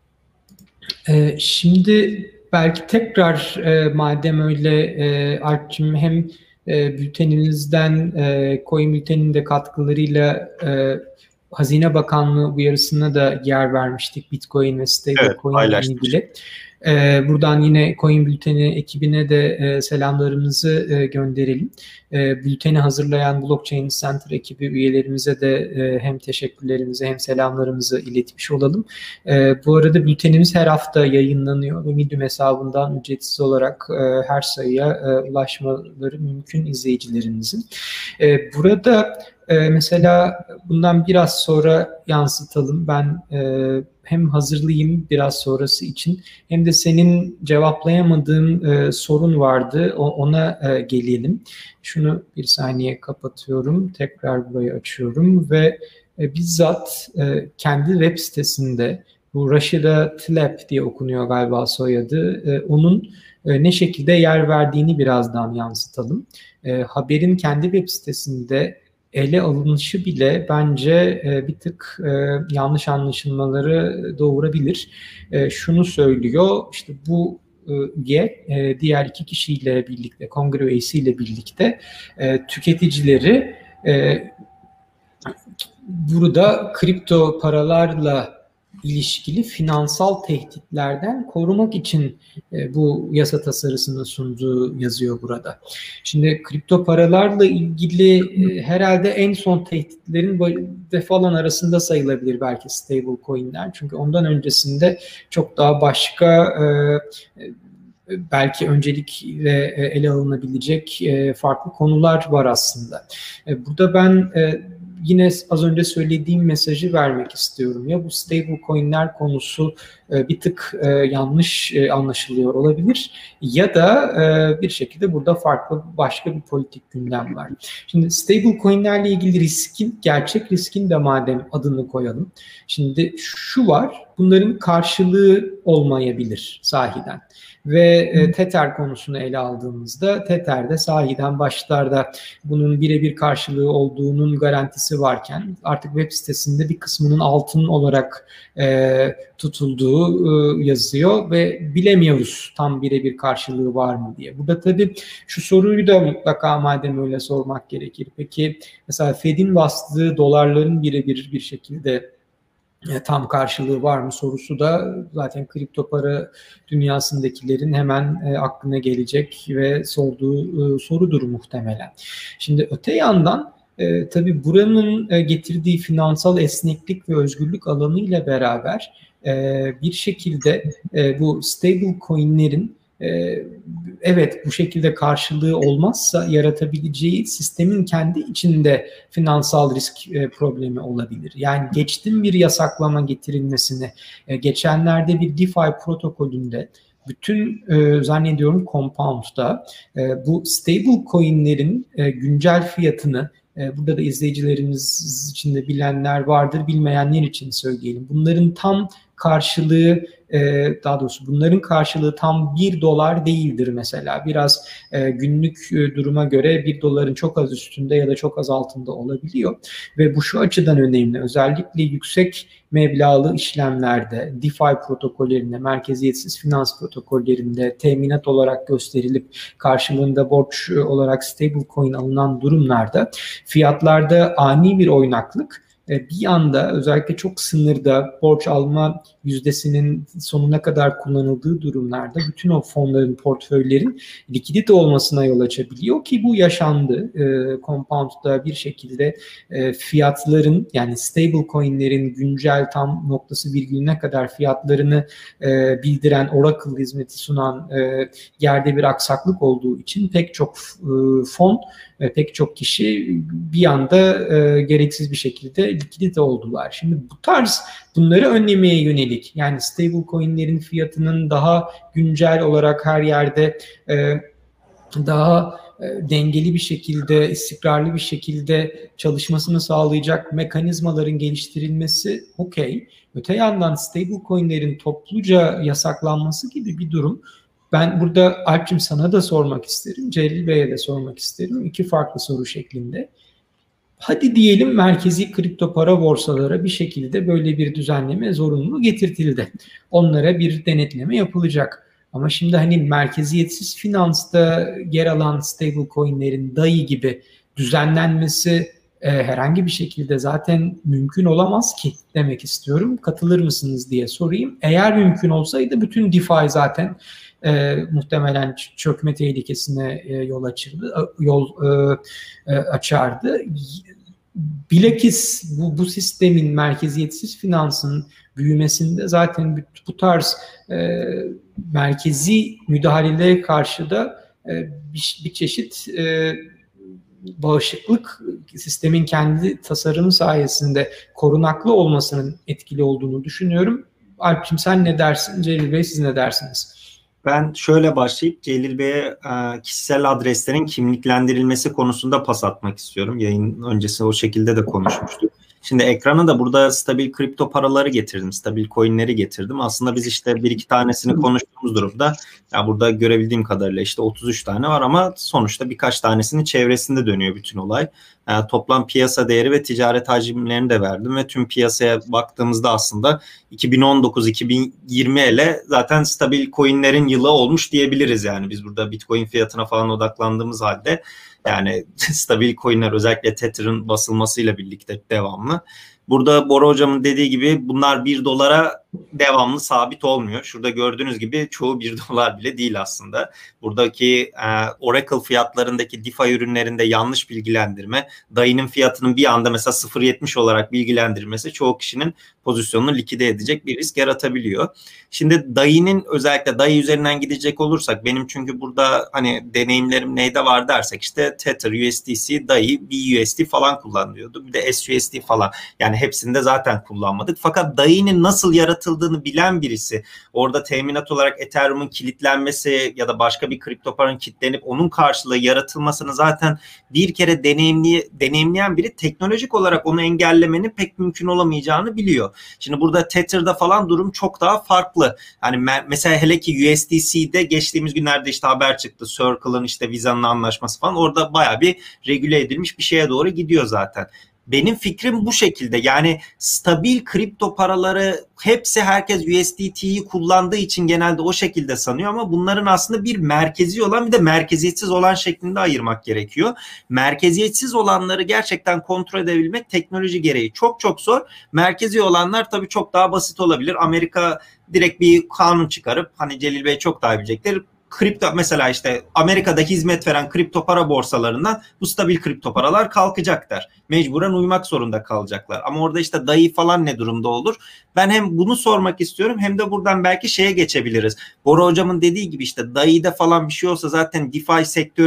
Şimdi belki tekrar madem öyle Alp'cim hem bülteninizden Coin Bülten'in de katkılarıyla Hazine Bakanlığı uyarısına da yer vermiştik Bitcoin ve Stablecoin ile ilgili. Buradan yine Coin Bülteni ekibine de selamlarımızı gönderelim. Bülteni hazırlayan Blockchain Center ekibi üyelerimize de hem teşekkürlerimizi hem selamlarımızı iletmiş olalım. Bu arada bültenimiz her hafta yayınlanıyor ve Medium hesabından ücretsiz olarak her sayıya ulaşmaları mümkün izleyicilerimizin. Burada mesela bundan biraz sonra yansıtalım. Ben hem hazırlayayım biraz sonrası için hem de senin cevaplayamadığın sorun vardı. Ona gelelim. Şunu bir saniye kapatıyorum. Tekrar burayı açıyorum ve bizzat kendi web sitesinde bu Rashida Tlaib diye okunuyor galiba soyadı. Onun ne şekilde yer verdiğini birazdan yansıtalım. Haberin kendi web sitesinde ele alınışı bile bence bir tık yanlış anlaşılmaları doğurabilir. Şunu söylüyor, işte bu üye diğer iki kişiyle birlikte, kongre üyesiyle birlikte tüketicileri burada kripto paralarla ilişkili finansal tehditlerden korumak için bu yasa tasarısını sunduğu yazıyor burada. Şimdi kripto paralarla ilgili herhalde en son tehditlerin falan arasında sayılabilir belki stable coin'ler. Çünkü ondan öncesinde çok daha başka belki öncelikle ele alınabilecek farklı konular var aslında. Burada ben yine az önce söylediğim mesajı vermek istiyorum. Ya bu stable coin'ler konusu bir tık yanlış anlaşılıyor olabilir ya da bir şekilde burada farklı başka bir politik gündem var. Şimdi stable coin'lerle ilgili riskin, gerçek riskin de madem adını koyalım. Şimdi şu var, bunların karşılığı olmayabilir sahiden. Ve Tether konusunu ele aldığımızda Tether'de sahiden başlarda bunun birebir karşılığı olduğunun garantisi varken artık web sitesinde bir kısmının altın olarak tutulduğu yazıyor ve bilemiyoruz tam birebir karşılığı var mı diye. Burada tabii şu soruyu da mutlaka madem öyle sormak gerekir. Peki mesela Fed'in bastığı dolarların birebir bir şekilde tam karşılığı var mı sorusu da zaten kripto para dünyasındakilerin hemen aklına gelecek ve sorduğu sorudur muhtemelen. Şimdi öte yandan tabii buranın getirdiği finansal esneklik ve özgürlük alanıyla beraber bir şekilde bu stable coin'lerin evet bu şekilde karşılığı olmazsa yaratabileceği sistemin kendi içinde finansal risk problemi olabilir. Yani geçtim bir yasaklama getirilmesini geçenlerde bir DeFi protokolünde bütün zannediyorum Compound'da bu stable coin'lerin güncel fiyatını burada da izleyicilerimiz için de bilenler vardır, bilmeyenler için söyleyelim. Bunların tam karşılığı daha doğrusu bunların karşılığı tam $1 değildir mesela. Biraz günlük duruma göre $1 çok az üstünde ya da çok az altında olabiliyor. Ve bu şu açıdan önemli. Özellikle yüksek meblağlı işlemlerde, DeFi protokollerinde, merkeziyetsiz finans protokollerinde teminat olarak gösterilip karşılığında borç olarak stablecoin alınan durumlarda fiyatlarda ani bir oynaklık bir anda özellikle çok sınırda borç alma yüzdesinin sonuna kadar kullanıldığı durumlarda bütün o fonların, portföylerin likidite olmasına yol açabiliyor ki bu yaşandı. Compound'da bir şekilde fiyatların yani stable coin'lerin güncel tam noktası virgülüne kadar fiyatlarını bildiren Oracle hizmeti sunan yerde bir aksaklık olduğu için pek çok fon ve pek çok kişi bir anda gereksiz bir şekilde likidite oldular. Şimdi bu tarz bunları önlemeye yönelik yani stable coin'lerin fiyatının daha güncel olarak her yerde daha dengeli bir şekilde, istikrarlı bir şekilde çalışmasını sağlayacak mekanizmaların geliştirilmesi okey. Öte yandan stable coin'lerin topluca yasaklanması gibi bir durum Ben burada Alp'cim sana da sormak isterim, Celil Bey'e de sormak isterim. İki farklı soru şeklinde. Hadi diyelim merkezi kripto para borsalara bir şekilde böyle bir düzenleme zorunlu getirtildi. Onlara bir denetleme yapılacak. Ama şimdi hani merkeziyetsiz finansta yer alan stablecoin'lerin DAI gibi düzenlenmesi herhangi bir şekilde zaten mümkün olamaz ki demek istiyorum. Katılır mısınız diye sorayım. Eğer mümkün olsaydı bütün DeFi zaten muhtemelen çökme tehlikesine yol açardı. Bilakis bu sistemin sistemin finansın büyümesinde zaten bu tarz merkezi müdahalelere karşı da bir çeşit bağışıklık sistemin kendi tasarımı sayesinde korunaklı olmasının etkili olduğunu düşünüyorum. Alp'cim sen ne dersin? Celil Bey siz ne dersiniz? Ben şöyle başlayıp Celil Bey'e kişisel adreslerin kimliklendirilmesi konusunda pas atmak istiyorum. Yayın öncesi o şekilde de konuşmuştuk. Şimdi ekrana da burada stabil kripto paraları getirdim. Stabil coinleri getirdim. Aslında biz işte bir iki tanesini konuştuğumuz durumda ya burada görebildiğim kadarıyla işte 33 tane var ama sonuçta birkaç tanesinin çevresinde dönüyor bütün olay. Toplam piyasa değeri ve ticaret hacimlerini de verdim ve tüm piyasaya baktığımızda aslında 2019-2020 ile zaten stabil coinlerin yılı olmuş diyebiliriz yani. Biz burada Bitcoin fiyatına falan odaklandığımız halde yani stabil coinler özellikle Tether'ın basılmasıyla birlikte devamlı. Burada Bora Hocam'ın dediği gibi bunlar $1 devamlı sabit olmuyor. Şurada gördüğünüz gibi çoğu $1 bile değil aslında. Buradaki Oracle fiyatlarındaki DeFi ürünlerinde yanlış bilgilendirme, DAI'nin fiyatının bir anda mesela 0.70 olarak bilgilendirmesi çoğu kişinin pozisyonunu likide edecek bir risk yaratabiliyor. Şimdi DAI'nin özellikle DAI üzerinden gidecek olursak benim çünkü burada hani deneyimlerim neyde var dersek işte Tether, USDC, DAI, BUSD falan kullanılıyordu. Bir de SUSD falan. Yani hepsinde zaten kullanmadık. Fakat DAI'nin nasıl yaratıldığını bilen birisi orada teminat olarak Ethereum'un kilitlenmesi ya da başka bir kripto paranın kilitlenip onun karşılığı yaratılmasını zaten bir kere deneyimleyen biri teknolojik olarak onu engellemenin pek mümkün olamayacağını biliyor. Şimdi burada Tether'da falan durum çok daha farklı. Hani mesela hele ki USDC'de geçtiğimiz günlerde işte haber çıktı. Circle'ın işte Visa'nın anlaşması falan orada bayağı bir regüle edilmiş bir şeye doğru gidiyor zaten. Benim fikrim bu şekilde yani stabil kripto paraları hepsi herkes USDT'yi kullandığı için genelde o şekilde sanıyor ama bunların aslında bir merkezi olan bir de merkeziyetsiz olan şeklinde ayırmak gerekiyor. Merkeziyetsiz olanları gerçekten kontrol edebilmek teknoloji gereği çok çok zor. Merkezi olanlar tabii çok daha basit olabilir. Amerika direkt bir kanun çıkarıp hani Celil Bey çok daha bilecektir. Kripto mesela işte Amerika'da hizmet veren kripto para borsalarından bu stabil kripto paralar kalkacaklar. Mecburen uymak zorunda kalacaklar. Ama orada işte DAI falan ne durumda olur? Ben hem bunu sormak istiyorum hem de buradan belki şeye geçebiliriz. Bora Hocam'ın dediği gibi işte DAI'de falan bir şey olsa zaten DeFi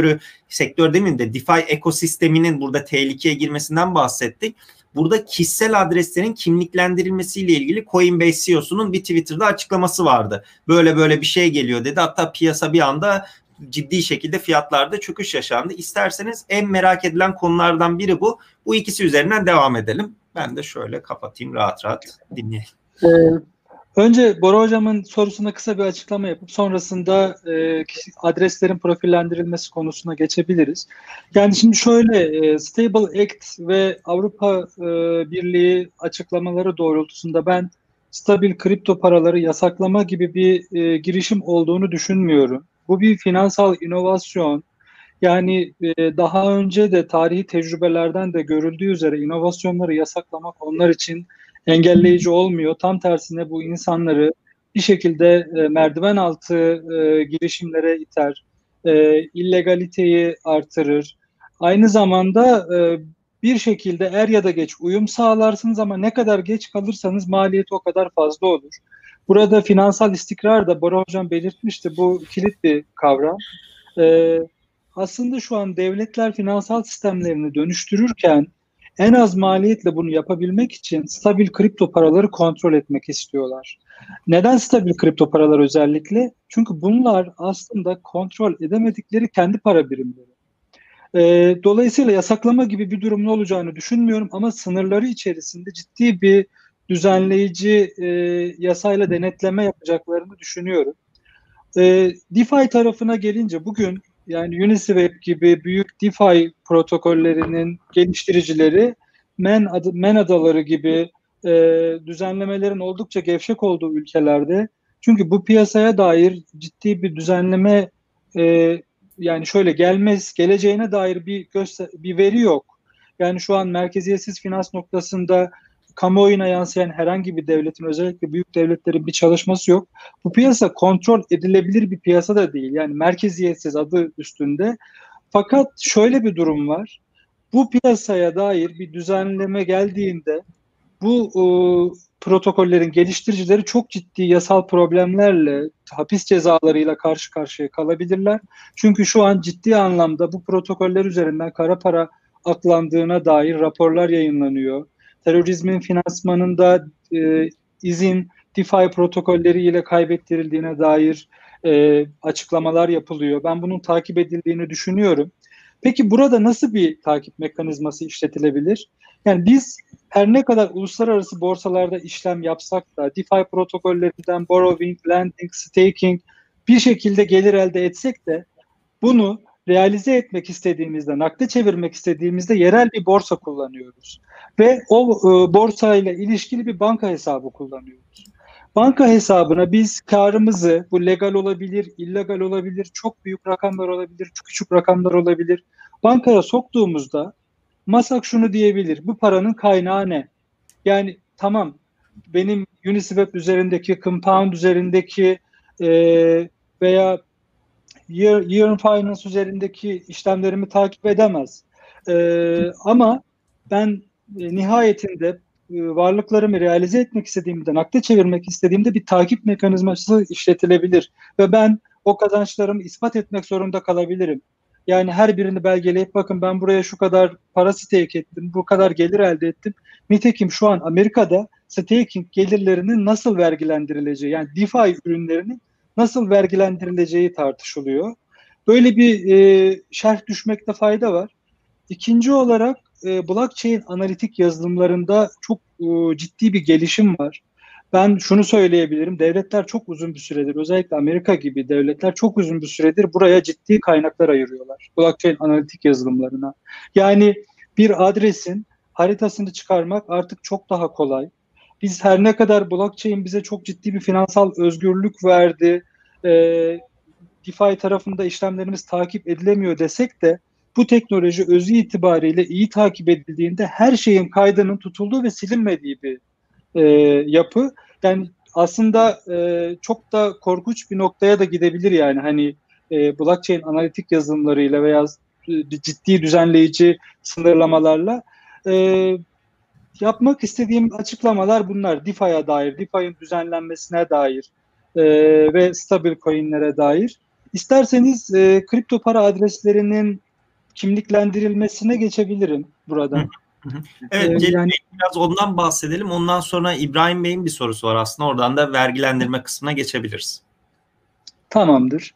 sektör demeyeyim de DeFi ekosisteminin burada tehlikeye girmesinden bahsettik. Burada kişisel adreslerin kimliklendirilmesiyle ilgili Coinbase CEO'sunun bir Twitter'da açıklaması vardı. Böyle bir şey geliyor dedi. Hatta piyasa bir anda ciddi şekilde fiyatlarda çöküş yaşandı. İsterseniz en merak edilen konulardan biri bu. Bu ikisi üzerinden devam edelim. Ben de şöyle kapatayım rahat rahat dinleyelim. Önce Bora Hocam'ın sorusuna kısa bir açıklama yapıp sonrasında adreslerin profillendirilmesi konusuna geçebiliriz. Yani şimdi şöyle Stable Act ve Avrupa Birliği açıklamaları doğrultusunda ben stabil kripto paraları yasaklama gibi bir girişim olduğunu düşünmüyorum. Bu bir finansal inovasyon. Yani daha önce de tarihi tecrübelerden de görüldüğü üzere inovasyonları yasaklamak onlar için engelleyici olmuyor. Tam tersine bu insanları bir şekilde merdiven altı girişimlere iter, illegaliteyi artırır. Aynı zamanda bir şekilde er ya da geç uyum sağlarsınız ama ne kadar geç kalırsanız maliyeti o kadar fazla olur. Burada finansal istikrar da Bora Hocam belirtmişti. Bu kilit bir kavram. Aslında şu an devletler finansal sistemlerini dönüştürürken en az maliyetle bunu yapabilmek için stabil kripto paraları kontrol etmek istiyorlar. Neden stabil kripto paralar özellikle? Çünkü bunlar aslında kontrol edemedikleri kendi para birimleri. Dolayısıyla yasaklama gibi bir durumun olacağını düşünmüyorum ama sınırları içerisinde ciddi bir düzenleyici yasayla denetleme yapacaklarını düşünüyorum. DeFi tarafına gelince bugün yani Uniswap gibi büyük DeFi protokollerinin geliştiricileri MEN adaları gibi düzenlemelerin oldukça gevşek olduğu ülkelerde, çünkü bu piyasaya dair ciddi bir düzenleme yani şöyle geleceğine dair bir veri yok. Yani şu an merkeziyetsiz finans noktasında kamuoyuna yansıyan herhangi bir devletin, özellikle büyük devletlerin bir çalışması yok. Bu piyasa kontrol edilebilir bir piyasa da değil. Yani merkeziyetsiz adı üstünde. Fakat şöyle bir durum var. Bu piyasaya dair bir düzenleme geldiğinde bu protokollerin geliştiricileri çok ciddi yasal problemlerle, hapis cezalarıyla karşı karşıya kalabilirler. Çünkü şu an ciddi anlamda bu protokoller üzerinden kara para aklandığına dair raporlar yayınlanıyor. Terörizmin finansmanında izin DeFi protokolleriyle kaybettirildiğine dair açıklamalar yapılıyor. Ben bunun takip edildiğini düşünüyorum. Peki burada nasıl bir takip mekanizması işletilebilir? Yani biz her ne kadar uluslararası borsalarda işlem yapsak da, DeFi protokollerinden borrowing, lending, staking bir şekilde gelir elde etsek de bunu realize etmek istediğimizde, nakde çevirmek istediğimizde yerel bir borsa kullanıyoruz. Ve o borsayla ilişkili bir banka hesabı kullanıyoruz. Banka hesabına biz karımızı, bu legal olabilir, illegal olabilir, çok büyük rakamlar olabilir, çok küçük rakamlar olabilir, bankaya soktuğumuzda MASAK şunu diyebilir: bu paranın kaynağı ne? Yani tamam, benim Uniswap üzerindeki, Compound üzerindeki veya Yearn Finance üzerindeki işlemlerimi takip edemez. Ama ben nihayetinde varlıklarımı realize etmek istediğimde, nakde çevirmek istediğimde bir takip mekanizması işletilebilir. Ve ben o kazançlarımı ispat etmek zorunda kalabilirim. Yani her birini belgeleyip, bakın ben buraya şu kadar para stake ettim, bu kadar gelir elde ettim. Nitekim şu an Amerika'da staking gelirlerinin nasıl vergilendirileceği, yani DeFi ürünlerinin nasıl vergilendirileceği tartışılıyor. Böyle bir şerh düşmekte fayda var. İkinci olarak blockchain analitik yazılımlarında çok ciddi bir gelişim var. Ben şunu söyleyebilirim: devletler çok uzun bir süredir, özellikle Amerika gibi devletler çok uzun bir süredir buraya ciddi kaynaklar ayırıyorlar. Blockchain analitik yazılımlarına. Yani bir adresin haritasını çıkarmak artık çok daha kolay. Biz her ne kadar blockchain bize çok ciddi bir finansal özgürlük verdi, DeFi tarafında işlemlerimiz takip edilemiyor desek de, bu teknoloji özü itibariyle iyi takip edildiğinde her şeyin kaydının tutulduğu ve silinmediği bir yapı. Yani aslında çok da korkunç bir noktaya da gidebilir yani, hani blockchain analitik yazılımlarıyla veya ciddi düzenleyici sınırlamalarla. Yapmak istediğim açıklamalar bunlar. DeFi'ye dair, DeFi'nin düzenlenmesine dair ve stabil coinlere dair. İsterseniz kripto para adreslerinin kimliklendirilmesine geçebilirim buradan. Evet, yani biraz ondan bahsedelim. Ondan sonra İbrahim Bey'in bir sorusu var aslında. Oradan da vergilendirme kısmına geçebiliriz. Tamamdır.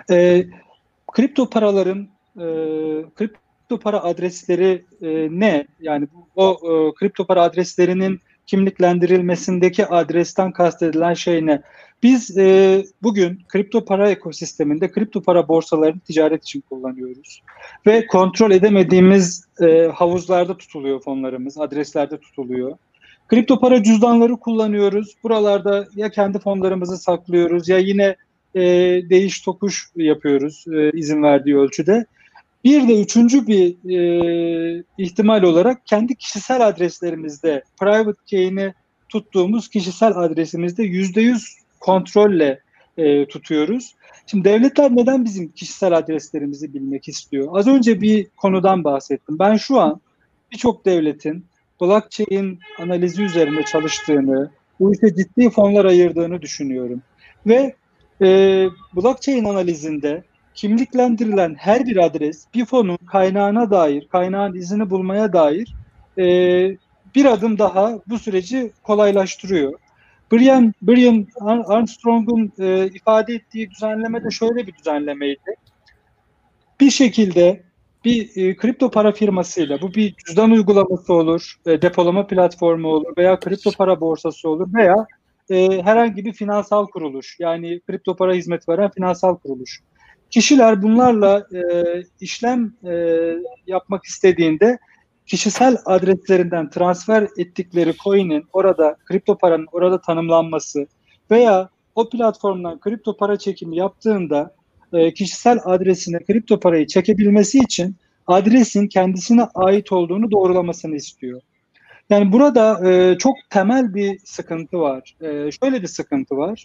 Kripto paraların kripto para adresleri ne? Yani o kripto para adreslerinin kimliklendirilmesindeki adresten kastedilen şey ne? Biz bugün kripto para ekosisteminde kripto para borsalarını ticaret için kullanıyoruz. Ve kontrol edemediğimiz havuzlarda tutuluyor fonlarımız, adreslerde tutuluyor. Kripto para cüzdanları kullanıyoruz. Buralarda ya kendi fonlarımızı saklıyoruz ya yine değiş tokuş yapıyoruz izin verdiği ölçüde. Bir de üçüncü bir ihtimal olarak kendi kişisel adreslerimizde, private key'ini tuttuğumuz kişisel adresimizde %100 kontrolle tutuyoruz. Şimdi devletler neden bizim kişisel adreslerimizi bilmek istiyor? Az önce bir konudan bahsettim. Ben şu an birçok devletin blockchain analizi üzerine çalıştığını, bu işe ciddi fonlar ayırdığını düşünüyorum. Ve blockchain analizinde kimliklendirilen her bir adres bir fonun kaynağına dair, kaynağın izini bulmaya dair bir adım daha bu süreci kolaylaştırıyor. Brian Armstrong'un ifade ettiği düzenleme de şöyle bir düzenlemeydi. Bir şekilde bir kripto para firmasıyla, bu bir cüzdan uygulaması olur, depolama platformu olur veya kripto para borsası olur veya herhangi bir finansal kuruluş, yani kripto para hizmeti veren finansal kuruluş. Kişiler bunlarla işlem yapmak istediğinde kişisel adreslerinden transfer ettikleri coin'in orada, kripto paranın orada tanımlanması veya o platformdan kripto para çekimi yaptığında kişisel adresine kripto parayı çekebilmesi için adresin kendisine ait olduğunu doğrulamasını istiyor. Yani burada çok temel bir sıkıntı var. Şöyle bir sıkıntı var.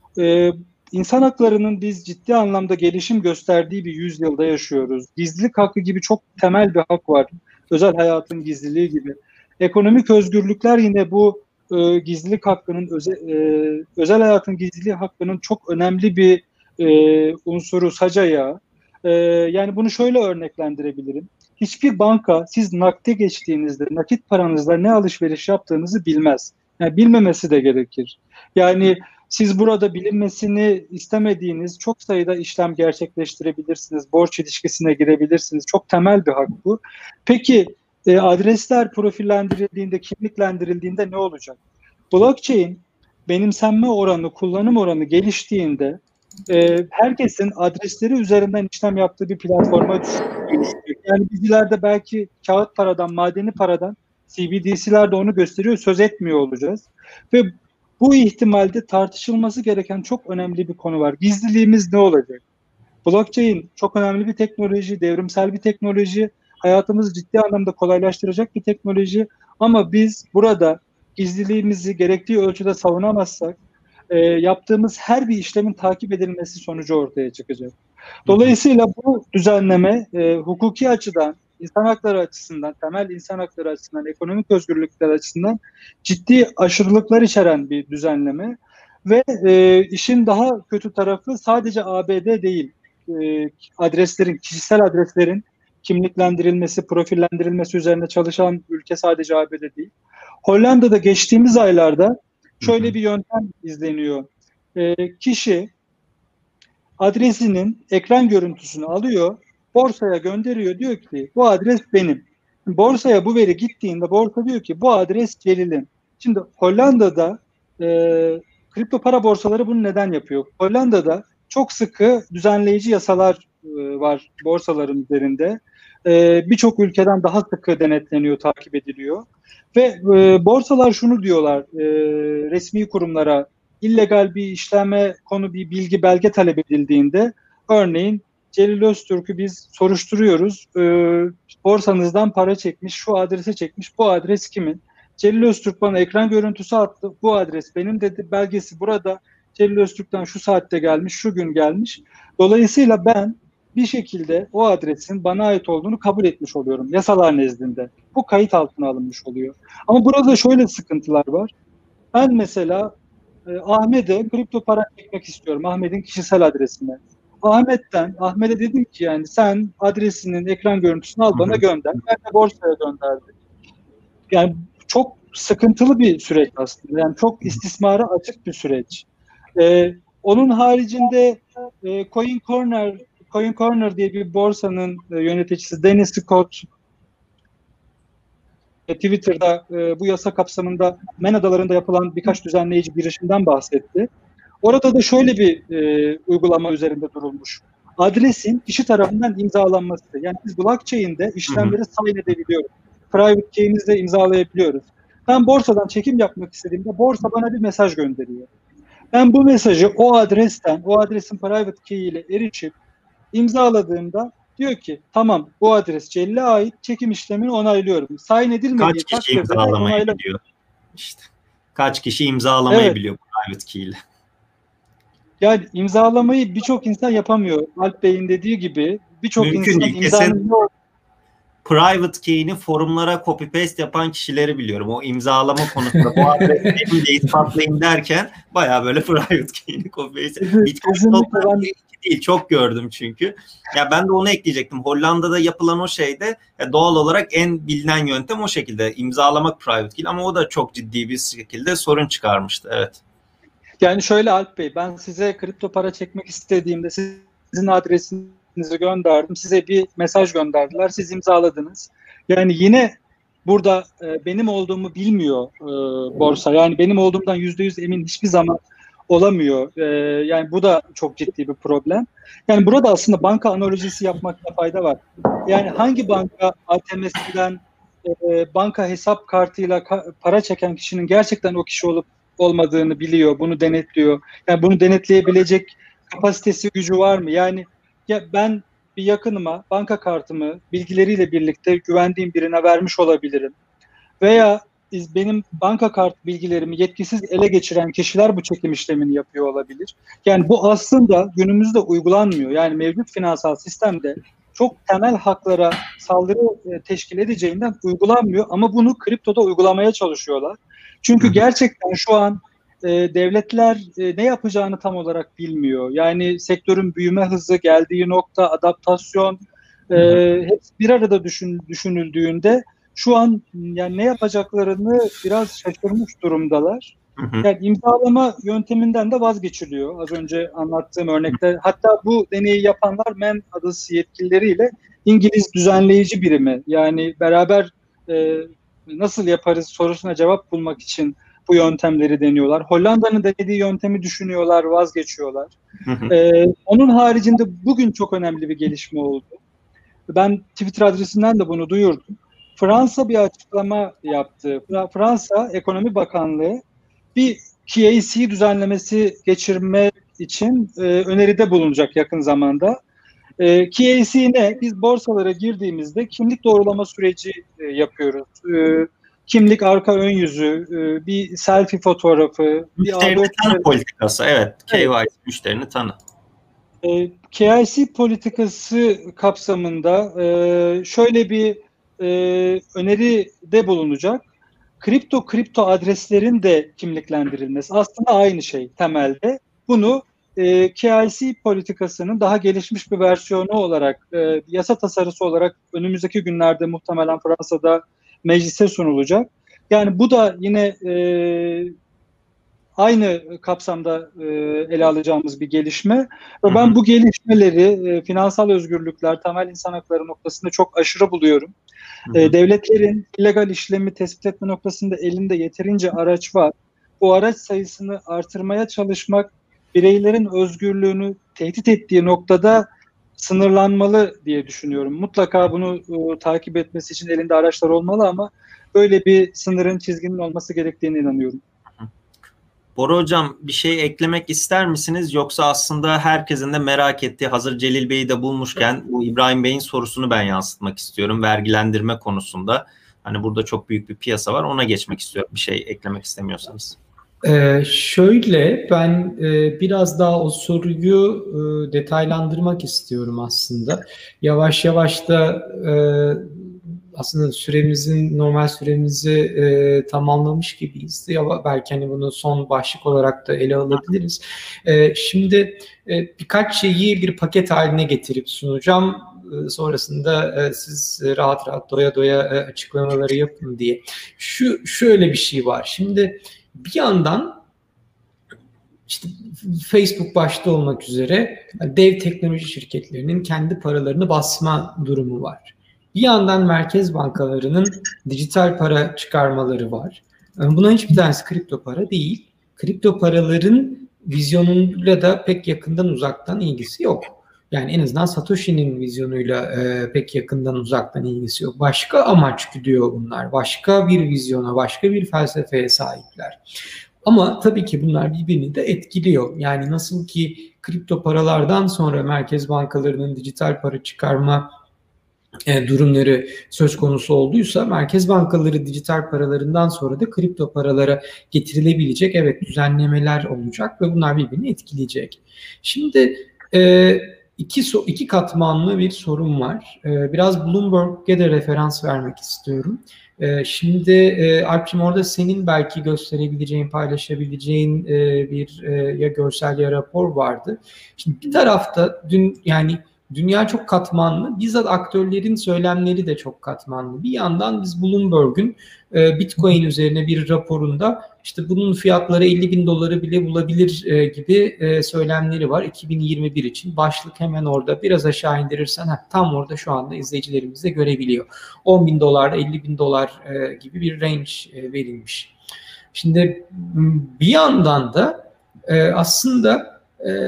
İnsan haklarının biz ciddi anlamda gelişim gösterdiği bir yüzyılda yaşıyoruz. Gizlilik hakkı gibi çok temel bir hak var. Özel hayatın gizliliği gibi. Ekonomik özgürlükler yine bu gizlilik hakkının, özel hayatın gizliliği hakkının çok önemli bir unsuru, sacayağı. Yani bunu şöyle örneklendirebilirim. Hiçbir banka siz nakde geçtiğinizde, nakit paranızla ne alışveriş yaptığınızı bilmez. Yani bilmemesi de gerekir. Yani siz burada bilinmesini istemediğiniz çok sayıda işlem gerçekleştirebilirsiniz. Borç ilişkisine girebilirsiniz. Çok temel bir hak bu. Peki adresler profillendirildiğinde, kimliklendirildiğinde ne olacak? Blockchain benimsenme oranı, kullanım oranı geliştiğinde herkesin adresleri üzerinden işlem yaptığı bir platforma dönüşecek. Yani biz ileride belki kağıt paradan, madeni paradan, CBDC'ler de onu gösteriyor, söz etmiyor olacağız. Ve bu ihtimalde tartışılması gereken çok önemli bir konu var. Gizliliğimiz ne olacak? Blockchain çok önemli bir teknoloji, devrimsel bir teknoloji, hayatımızı ciddi anlamda kolaylaştıracak bir teknoloji. Ama biz burada gizliliğimizi gerektiği ölçüde savunamazsak, yaptığımız her bir işlemin takip edilmesi sonucu ortaya çıkacak. Dolayısıyla bu düzenleme hukuki açıdan, insan hakları açısından, temel insan hakları açısından, ekonomik özgürlükler açısından ciddi aşırılıklar içeren bir düzenleme ve işin daha kötü tarafı sadece ABD değil, adreslerin, kişisel adreslerin kimliklendirilmesi, profillendirilmesi üzerine çalışan ülke sadece ABD değil. Hollanda'da geçtiğimiz aylarda şöyle bir yöntem izleniyor. Kişi adresinin ekran görüntüsünü alıyor, borsaya gönderiyor, diyor ki bu adres benim. Borsaya bu veri gittiğinde borsa diyor ki bu adres Celil'in. Şimdi Hollanda'da kripto para borsaları bunu neden yapıyor? Hollanda'da çok sıkı düzenleyici yasalar var borsaların üzerinde. Birçok ülkeden daha sıkı denetleniyor, takip ediliyor. Ve borsalar şunu diyorlar resmi kurumlara, illegal bir işleme konu bir bilgi belge talep edildiğinde, örneğin Celil Öztürk'ü biz soruşturuyoruz, borsanızdan para çekmiş, şu adrese çekmiş, bu adres kimin? Celil Öztürk bana ekran görüntüsü attı, bu adres benim dedi, belgesi burada, Celil Öztürk'ten şu saatte gelmiş, şu gün gelmiş. Dolayısıyla ben bir şekilde o adresin bana ait olduğunu kabul etmiş oluyorum yasalar nezdinde. Bu kayıt altına alınmış oluyor. Ama burada şöyle sıkıntılar var. Ben mesela Ahmet'e kripto para çekmek istiyorum. Ahmet'in kişisel adresine. Ahmet'e dedim ki yani sen adresinin ekran görüntüsünü al bana gönder. Ben de borsaya gönderdim. Yani çok sıkıntılı bir süreç aslında. Yani çok istismara açık bir süreç. Onun haricinde Coin Corner diye bir borsanın yöneticisi Dennis Scott Twitter'da bu yasa kapsamında Men Adaları'nda yapılan birkaç düzenleyici girişimden bahsetti. Orada da şöyle bir uygulama üzerinde durulmuş. Adresin kişi tarafından imzalanması. Yani biz blockchain'de işlemleri sign edebiliyoruz. Private key'imizle imzalayabiliyoruz. Ben borsadan çekim yapmak istediğimde borsa bana bir mesaj gönderiyor. Ben bu mesajı o adresten, o adresin private key ile erişip imzaladığımda diyor ki tamam bu adres Celil'e ait, çekim işlemini onaylıyorum. Sign edilmediği kaç kişi imzalamayabiliyor? İşte kaç kişi imzalamayabiliyor private key ile? Yani imzalamayı birçok insan yapamıyor. Alp Bey'in dediği gibi birçok insan imzalamıyor. Private key'ini forumlara copy paste yapan kişileri biliyorum. O imzalama konusunda bu adres benim de ispatlayayım derken bayağı böyle private key'ini copy paste. Bitcoin değil, çok gördüm çünkü. Ya ben de onu ekleyecektim. Hollanda'da yapılan o şeyde doğal olarak en bilinen yöntem o şekilde imzalamak private key, ama o da çok ciddi bir şekilde sorun çıkarmıştı. Evet. Yani şöyle Alp Bey, ben size kripto para çekmek istediğimde sizin adresinizi gönderdim. Size bir mesaj gönderdiler. Siz imzaladınız. Yani yine burada benim olduğumu bilmiyor borsa. Yani benim olduğumdan %100 emin hiçbir zaman olamıyor. Yani bu da çok ciddi bir problem. Yani burada aslında banka analojisi yapmakta fayda var. Yani hangi banka ATM'sinden banka hesap kartıyla para çeken kişinin gerçekten o kişi olup olmadığını biliyor, bunu denetliyor. Yani bunu denetleyebilecek kapasitesi, gücü var mı? Yani ya ben bir yakınıma banka kartımı bilgileriyle birlikte güvendiğim birine vermiş olabilirim. Veya benim banka kart bilgilerimi yetkisiz ele geçiren kişiler bu çekim işlemini yapıyor olabilir. Yani bu aslında günümüzde uygulanmıyor. Yani mevcut finansal sistemde çok temel haklara saldırı teşkil edeceğinden uygulanmıyor ama bunu kriptoda uygulamaya çalışıyorlar. Çünkü gerçekten şu an devletler ne yapacağını tam olarak bilmiyor. Yani sektörün büyüme hızı, geldiği nokta, adaptasyon hepsi bir arada düşünüldüğünde şu an yani ne yapacaklarını biraz şaşırmış durumdalar. Yani imzalama yönteminden de vazgeçiliyor. Az önce anlattığım örnekte. Hatta bu deneyi yapanlar MEN adası yetkilileriyle İngiliz düzenleyici birimi, yani beraber nasıl yaparız sorusuna cevap bulmak için bu yöntemleri deniyorlar. Hollanda'nın denediği yöntemi düşünüyorlar, vazgeçiyorlar. Onun haricinde bugün çok önemli bir gelişme oldu. Ben Twitter adresinden de bunu duyurdum. Fransa bir açıklama yaptı. Fransa Ekonomi Bakanlığı bir KYC düzenlemesi geçirmek için öneride bulunacak yakın zamanda. KYC ne? Biz borsalara girdiğimizde kimlik doğrulama süreci yapıyoruz. Kimlik arka ön yüzü, bir selfie fotoğrafı, müşterini tanı politikası. Evet, KYC müşterini tanı. KYC politikası kapsamında şöyle bir öneride bulunacak. Kripto adreslerin de kimliklendirilmesi aslında aynı şey temelde. Bunu KYC politikasının daha gelişmiş bir versiyonu olarak, yasa tasarısı olarak önümüzdeki günlerde muhtemelen Fransa'da meclise sunulacak. Yani bu da yine aynı kapsamda ele alacağımız bir gelişme. Ve ben bu gelişmeleri finansal özgürlükler, temel insan hakları noktasında çok aşırı buluyorum. Devletlerin illegal işlemi tespit etme noktasında elinde yeterince araç var. Bu araç sayısını artırmaya çalışmak bireylerin özgürlüğünü tehdit ettiği noktada sınırlanmalı diye düşünüyorum. Mutlaka bunu takip etmesi için elinde araçlar olmalı ama böyle bir sınırın, çizginin olması gerektiğine inanıyorum. Bora Hocam, bir şey eklemek ister misiniz? Yoksa aslında herkesin de merak ettiği, hazır Celil Bey'i de bulmuşken bu İbrahim Bey'in sorusunu ben yansıtmak istiyorum. Vergilendirme konusunda. Hani burada çok büyük bir piyasa var. Ona geçmek istiyorum. Bir şey eklemek istemiyorsanız. Şöyle ben biraz daha o soruyu detaylandırmak istiyorum aslında. Yavaş yavaş da aslında normal süremizi tamamlamış gibiyiz. Belki hani bunu son başlık olarak da ele alabiliriz. Şimdi birkaç şeyi bir paket haline getirip sunacağım. Sonrasında siz rahat rahat doya doya açıklamaları yapın diye. Şöyle bir şey var. Şimdi bir yandan işte Facebook başta olmak üzere dev teknoloji şirketlerinin kendi paralarını basma durumu var. Bir yandan merkez bankalarının dijital para çıkarmaları var. Bunların hiçbir tanesi kripto para değil. Kripto paraların vizyonuyla da pek yakından uzaktan ilgisi yok. Yani en azından Satoshi'nin vizyonuyla pek yakından uzaktan ilgisi yok. Başka amaç güdüyor bunlar. Başka bir vizyona, başka bir felsefeye sahipler. Ama tabii ki bunlar birbirini de etkiliyor. Yani nasıl ki kripto paralardan sonra merkez bankalarının dijital para çıkarma durumları söz konusu olduysa, merkez bankaları dijital paralarından sonra da kripto paralara getirilebilecek düzenlemeler olacak ve bunlar birbirini etkileyecek. Şimdi iki katmanlı bir sorun var. Biraz Bloomberg'e de referans vermek istiyorum. Şimdi Alp'cim, orada senin belki gösterebileceğin, paylaşabileceğin bir ya görsel ya rapor vardı. Şimdi bir tarafta dün yani Dünya çok katmanlı. Bizzat aktörlerin söylemleri de çok katmanlı. Bir yandan biz Bloomberg'un Bitcoin üzerine bir raporunda işte bunun fiyatları 50 bin doları bile bulabilir gibi söylemleri var 2021 için. Başlık hemen orada. Biraz aşağı indirirsen tam orada şu anda izleyicilerimiz de görebiliyor. 10 bin dolar, 50 bin dolar gibi bir range verilmiş. Şimdi bir yandan da aslında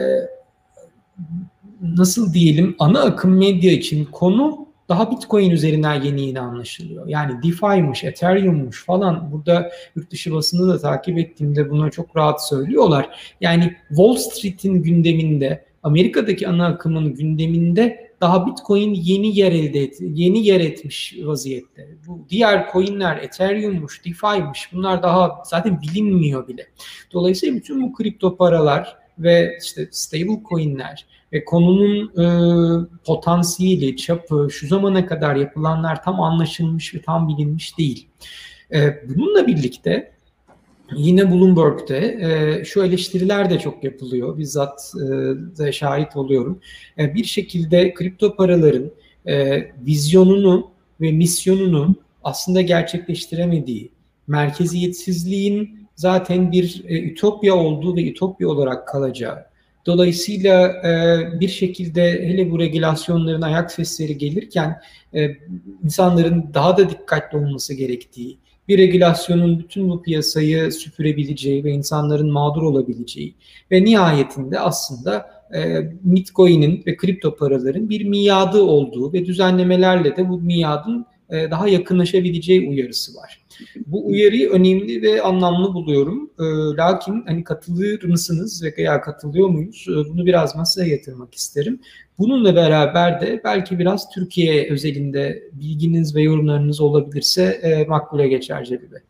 nasıl diyelim ana akım medya için konu daha Bitcoin üzerinden yeni anlaşılıyor. Yani DeFi'miş, Ethereum'muş falan burada yurt dışı basını da takip ettiğimde bunu çok rahat söylüyorlar. Yani Wall Street'in gündeminde, Amerika'daki ana akımın gündeminde daha Bitcoin yeni yer etmiş vaziyette. Bu diğer coinler Ethereum'muş, DeFi'miş bunlar daha zaten bilinmiyor bile. Dolayısıyla bütün bu kripto paralar ve işte stable coinler ve konunun potansiyeli, çapı, şu zamana kadar yapılanlar tam anlaşılmış ve tam bilinmiş değil. Bununla birlikte yine Bloomberg'de şu eleştiriler de çok yapılıyor. Bizzat da şahit oluyorum. Bir şekilde kripto paraların vizyonunu ve misyonunu aslında gerçekleştiremediği, merkeziyetsizliğin zaten bir ütopya olduğu ve ütopya olarak kalacağı, dolayısıyla bir şekilde hele bu regülasyonların ayak sesleri gelirken insanların daha da dikkatli olması gerektiği, bir regülasyonun bütün bu piyasayı süpürebileceği ve insanların mağdur olabileceği ve nihayetinde aslında Bitcoin'in ve kripto paraların bir miadı olduğu ve düzenlemelerle de bu miadın daha yakınlaşabileceği uyarısı var. Bu uyarıyı önemli ve anlamlı buluyorum. Lakin hani katılır mısınız veya katılıyor muyuz? Bunu biraz masaya yatırmak isterim. Bununla beraber de belki biraz Türkiye özelinde bilginiz ve yorumlarınız olabilirse makbule geçer Celil Bey.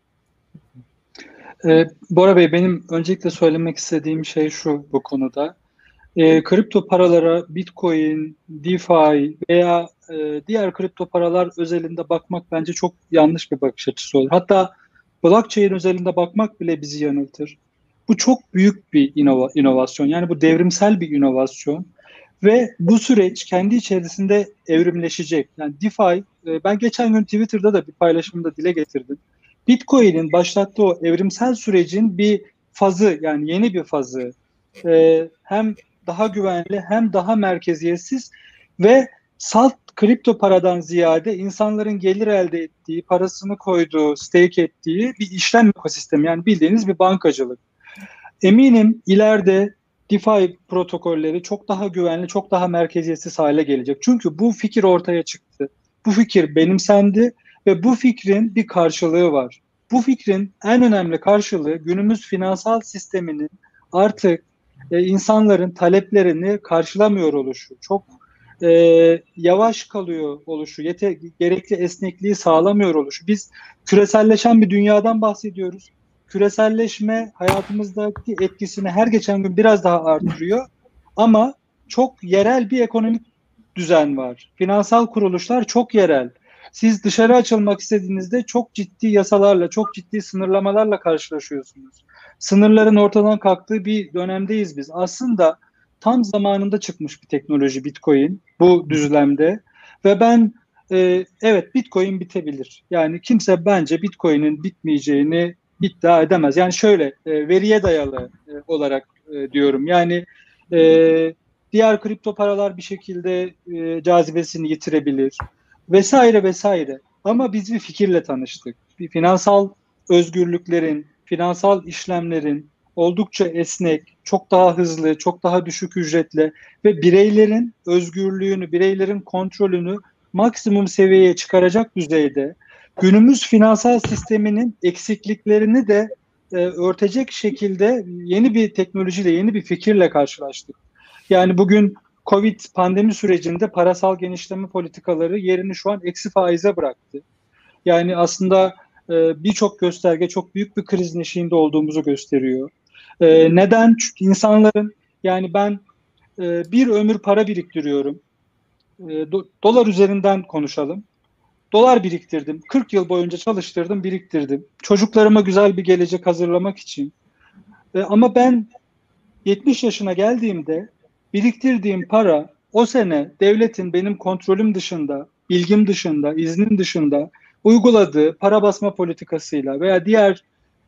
Bora Bey, benim öncelikle söylemek istediğim şey şu bu konuda. Kripto paralara Bitcoin, DeFi veya diğer kripto paralar özelinde bakmak bence çok yanlış bir bakış açısı olur. Hatta blockchain özelinde bakmak bile bizi yanıltır. Bu çok büyük bir inovasyon. Yani bu devrimsel bir inovasyon. Ve bu süreç kendi içerisinde evrimleşecek. Yani DeFi, ben geçen gün Twitter'da da bir paylaşımda dile getirdim. Bitcoin'in başlattığı o evrimsel sürecin bir fazı, yani yeni bir fazı. Hem daha güvenli hem daha merkeziyetsiz ve salt kripto paradan ziyade insanların gelir elde ettiği, parasını koyduğu, stake ettiği bir işlem ekosistemi. Yani bildiğiniz bir bankacılık. Eminim ileride DeFi protokolleri çok daha güvenli, çok daha merkeziyetsiz hale gelecek. Çünkü bu fikir ortaya çıktı. Bu fikir benimsendi ve bu fikrin bir karşılığı var. Bu fikrin en önemli karşılığı günümüz finansal sisteminin artık insanların taleplerini karşılamıyor oluşu, çok yavaş kalıyor oluşu, gerekli esnekliği sağlamıyor oluşu. Biz küreselleşen bir dünyadan bahsediyoruz. Küreselleşme hayatımızdaki etkisini her geçen gün biraz daha artırıyor. Ama çok yerel bir ekonomik düzen var. Finansal kuruluşlar çok yerel. Siz dışarı açılmak istediğinizde çok ciddi yasalarla, çok ciddi sınırlamalarla karşılaşıyorsunuz. Sınırların ortadan kalktığı bir dönemdeyiz biz. Aslında tam zamanında çıkmış bir teknoloji Bitcoin bu düzlemde. Ve ben evet Bitcoin bitebilir. Yani kimse bence Bitcoin'in bitmeyeceğini iddia edemez. Yani şöyle veriye dayalı olarak diyorum. Yani diğer kripto paralar bir şekilde cazibesini yitirebilir vesaire vesaire. Ama biz bir fikirle tanıştık. Bir finansal özgürlüklerin, finansal işlemlerin oldukça esnek, çok daha hızlı, çok daha düşük ücretle ve bireylerin özgürlüğünü, bireylerin kontrolünü maksimum seviyeye çıkaracak düzeyde günümüz finansal sisteminin eksikliklerini de örtecek şekilde yeni bir teknolojiyle, yeni bir fikirle karşılaştık. Yani bugün Covid pandemi sürecinde parasal genişleme politikaları yerini şu an eksi faize bıraktı. Yani aslında birçok gösterge çok büyük bir krizin eşiğinde olduğumuzu gösteriyor. Neden? Çünkü insanların, yani ben bir ömür para biriktiriyorum. Dolar üzerinden konuşalım. Dolar biriktirdim. 40 yıl boyunca çalıştırdım, biriktirdim. Çocuklarıma güzel bir gelecek hazırlamak için. Ama ben 70 yaşına geldiğimde biriktirdiğim para o sene devletin benim kontrolüm dışında, bilgim dışında, iznim dışında uyguladığı para basma politikasıyla veya diğer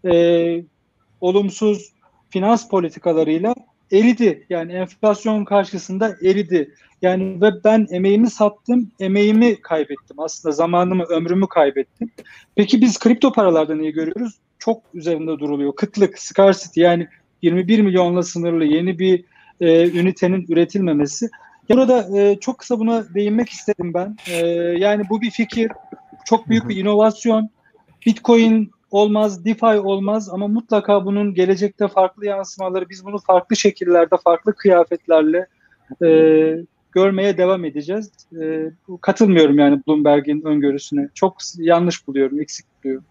olumsuz finans politikalarıyla eridi. Yani enflasyon karşısında eridi. Yani ve ben emeğimi sattım, emeğimi kaybettim. Aslında zamanımı, ömrümü kaybettim. Peki biz kripto paralarda neyi görüyoruz? Çok üzerinde duruluyor. Kıtlık, scarcity, yani 21 milyonla sınırlı yeni bir ünitenin üretilmemesi. Burada çok kısa buna değinmek istedim ben. Yani bu bir fikir, çok büyük bir inovasyon. Bitcoin olmaz, DeFi olmaz ama mutlaka bunun gelecekte farklı yansımaları, biz bunu farklı şekillerde, farklı kıyafetlerle görmeye devam edeceğiz. Katılmıyorum yani Bloomberg'in öngörüsüne. Çok yanlış buluyorum, eksik buluyorum.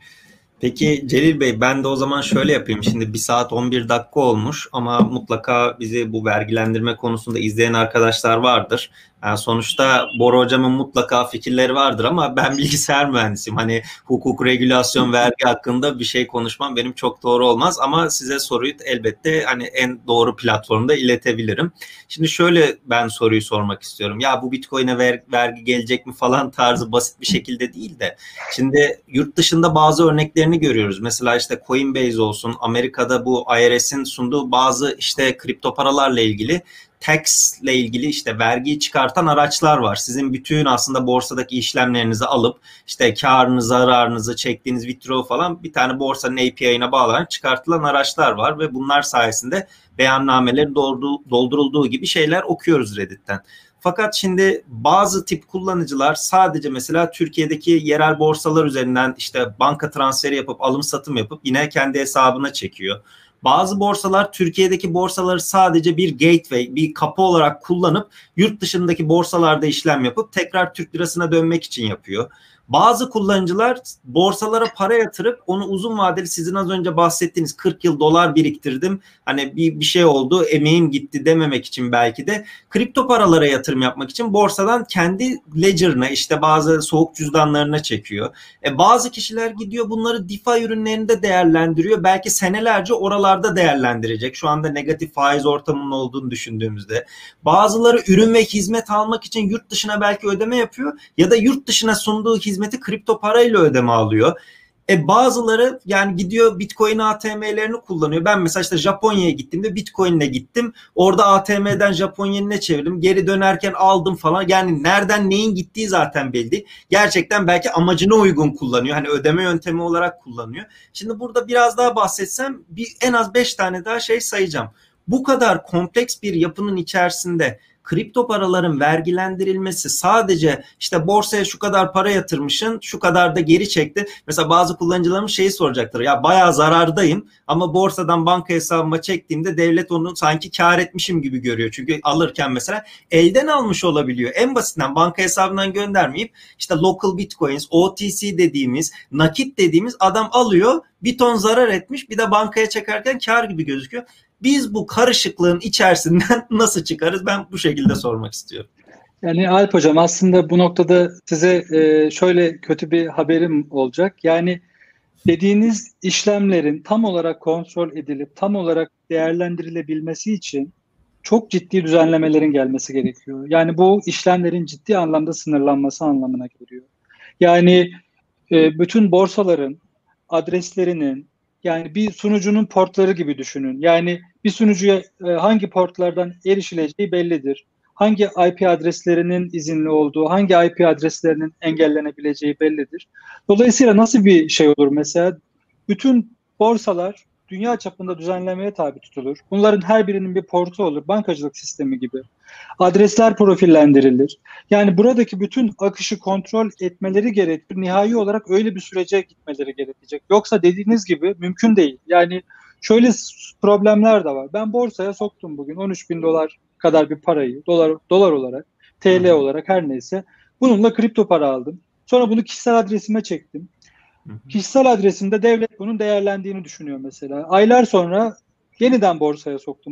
Peki Celil Bey, ben de o zaman şöyle yapayım. Şimdi 1 saat 11 dakika olmuş ama mutlaka bizi bu vergilendirme konusunda izleyen arkadaşlar vardır. Yani sonuçta Bora Hocam'ın mutlaka fikirleri vardır ama ben bilgisayar mühendisiyim. Hani hukuk, regülasyon, vergi hakkında bir şey konuşmam benim çok doğru olmaz ama size soruyu elbette hani en doğru platformda iletebilirim. Şimdi şöyle ben soruyu sormak istiyorum. Ya bu Bitcoin'e vergi gelecek mi falan tarzı basit bir şekilde değil de. Şimdi yurt dışında bazı örneklerini görüyoruz. Mesela işte Coinbase olsun, Amerika'da bu IRS'in sunduğu bazı işte kripto paralarla ilgili tax ile ilgili işte vergiyi çıkartan araçlar var. Sizin bütün aslında borsadaki işlemlerinizi alıp işte karınızı, zararınızı, çektiğiniz withdraw falan bir tane borsanın API'ine bağlanarak çıkartılan araçlar var ve bunlar sayesinde beyannamelerin doldurulduğu gibi şeyler okuyoruz Reddit'ten. Fakat şimdi bazı tip kullanıcılar sadece mesela Türkiye'deki yerel borsalar üzerinden işte banka transferi yapıp alım satım yapıp yine kendi hesabına çekiyor. Bazı borsalar Türkiye'deki borsaları sadece bir gateway, bir kapı olarak kullanıp yurt dışındaki borsalarda işlem yapıp tekrar Türk lirasına dönmek için yapıyor. Bazı kullanıcılar borsalara para yatırıp onu uzun vadeli sizin az önce bahsettiğiniz 40 yıl dolar biriktirdim. Hani bir şey oldu, emeğim gitti dememek için belki de kripto paralara yatırım yapmak için borsadan kendi ledger'ına işte bazı soğuk cüzdanlarına çekiyor. Bazı kişiler gidiyor bunları DeFi ürünlerinde değerlendiriyor. Belki senelerce oralarda değerlendirecek. Şu anda negatif faiz ortamının olduğunu düşündüğümüzde. Bazıları ürün ve hizmet almak için yurt dışına belki ödeme yapıyor ya da yurt dışına sunduğu hizmeti kripto parayla ödeme alıyor. Bazıları yani gidiyor Bitcoin ATM'lerini kullanıyor. Ben mesela işte Japonya'ya gittiğimde Bitcoin'le gittim. Orada ATM'den Japon yenine çevirdim. Geri dönerken aldım falan. Yani nereden neyin gittiği zaten belli. Gerçekten belki amacına uygun kullanıyor. Hani ödeme yöntemi olarak kullanıyor. Şimdi burada biraz daha bahsetsem en az 5 tane daha şey sayacağım. Bu kadar kompleks bir yapının içerisinde kripto paraların vergilendirilmesi sadece işte borsaya şu kadar para yatırmışsın, şu kadar da geri çekti. Mesela bazı kullanıcılarımız şeyi soracaktır. Ya bayağı zarardayım ama borsadan banka hesabıma çektiğimde devlet onu sanki kar etmişim gibi görüyor. Çünkü alırken mesela elden almış olabiliyor. En basitinden banka hesabından göndermeyip işte local bitcoins, OTC dediğimiz, nakit dediğimiz adam alıyor, bir ton zarar etmiş, bir de bankaya çekerken kar gibi gözüküyor. Biz bu karışıklığın içerisinden nasıl çıkarız? Ben bu şekilde sormak istiyorum. Yani Alp Hocam, aslında bu noktada size şöyle kötü bir haberim olacak. Yani dediğiniz işlemlerin tam olarak kontrol edilip tam olarak değerlendirilebilmesi için çok ciddi düzenlemelerin gelmesi gerekiyor. Yani bu işlemlerin ciddi anlamda sınırlanması anlamına geliyor. Yani bütün borsaların adreslerinin, yani bir sunucunun portları gibi düşünün. Yani bir sunucuya hangi portlardan erişileceği bellidir. Hangi IP adreslerinin izinli olduğu, hangi IP adreslerinin engellenebileceği bellidir. Dolayısıyla nasıl bir şey olur mesela? Bütün borsalar dünya çapında düzenlemeye tabi tutulur. Bunların her birinin bir portu olur, bankacılık sistemi gibi. Adresler profillendirilir. Yani buradaki bütün akışı kontrol etmeleri gerekir. Nihai olarak öyle bir sürece gitmeleri gerekecek. Yoksa dediğiniz gibi mümkün değil. Yani şöyle problemler de var. Ben borsaya soktum bugün 13 bin dolar kadar bir parayı, dolar olarak, TL olarak, her neyse. Bununla kripto para aldım. Sonra bunu kişisel adresime çektim. Kişisel adresimde devlet bunun değerlendiğini düşünüyor mesela. Aylar sonra yeniden borsaya soktum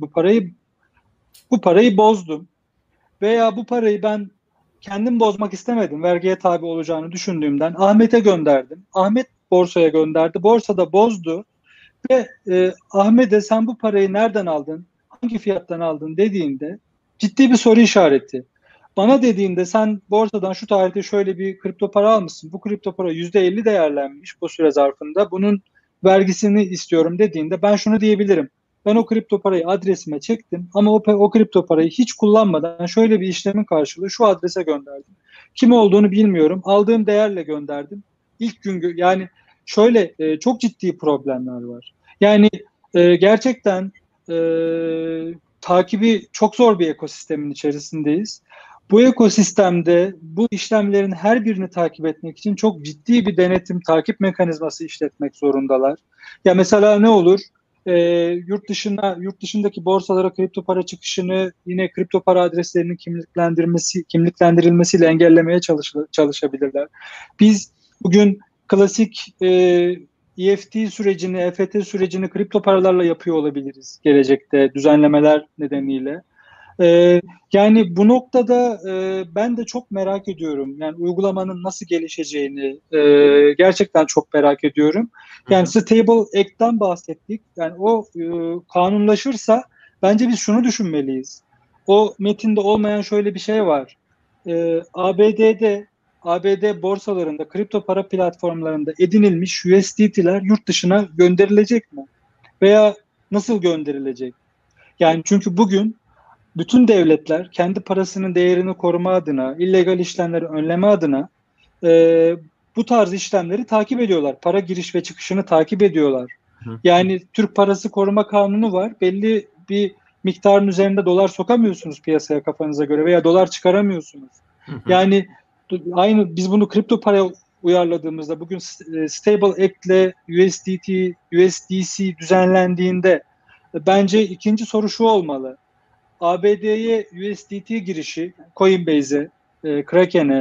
bu parayı bozdum. Veya bu parayı ben kendim bozmak istemedim. Vergiye tabi olacağını düşündüğümden Ahmet'e gönderdim. Ahmet borsaya gönderdi. Borsada bozdu. Ve Ahmet'e sen bu parayı nereden aldın? Hangi fiyattan aldın dediğinde ciddi bir soru işareti. Bana dediğinde sen borsadan şu tarihte şöyle bir kripto para almışsın. Bu kripto para %50 değerlenmiş bu süre zarfında. Bunun vergisini istiyorum dediğinde ben şunu diyebilirim. Ben o kripto parayı adresime çektim ama o kripto parayı hiç kullanmadan şöyle bir işlemin karşılığı şu adrese gönderdim. Kim olduğunu bilmiyorum. Aldığım değerle gönderdim. İlk gün yani şöyle çok ciddi problemler var. Yani gerçekten takibi çok zor bir ekosistemin içerisindeyiz. Bu ekosistemde bu işlemlerin her birini takip etmek için çok ciddi bir denetim, takip mekanizması işletmek zorundalar. Ya mesela ne olur? Yurt dışındaki borsalara kripto para çıkışını yine kripto para adreslerinin kimliklendirilmesiyle engellemeye çalışabilirler. Biz bugün klasik EFT sürecini, EFT sürecini kripto paralarla yapıyor olabiliriz gelecekte düzenlemeler nedeniyle. Yani bu noktada ben de çok merak ediyorum. Yani uygulamanın nasıl gelişeceğini gerçekten çok merak ediyorum. Yani Stable Act'ten bahsettik. Yani o kanunlaşırsa bence biz şunu düşünmeliyiz. O metinde olmayan şöyle bir şey var. ABD borsalarında, kripto para platformlarında edinilmiş USDT'ler yurt dışına gönderilecek mi? Veya nasıl gönderilecek? Yani çünkü bugün bütün devletler kendi parasının değerini koruma adına, illegal işlemleri önleme adına bu tarz işlemleri takip ediyorlar. Para giriş ve çıkışını takip ediyorlar. Yani Türk Parası Koruma Kanunu var. Belli bir miktarın üzerinde dolar sokamıyorsunuz piyasaya kafanıza göre veya dolar çıkaramıyorsunuz. Yani aynı biz bunu kripto paraya uyarladığımızda bugün Stable Act ile USDC düzenlendiğinde bence ikinci soru şu olmalı. ABD'ye USDT girişi Coinbase'e, Kraken'e,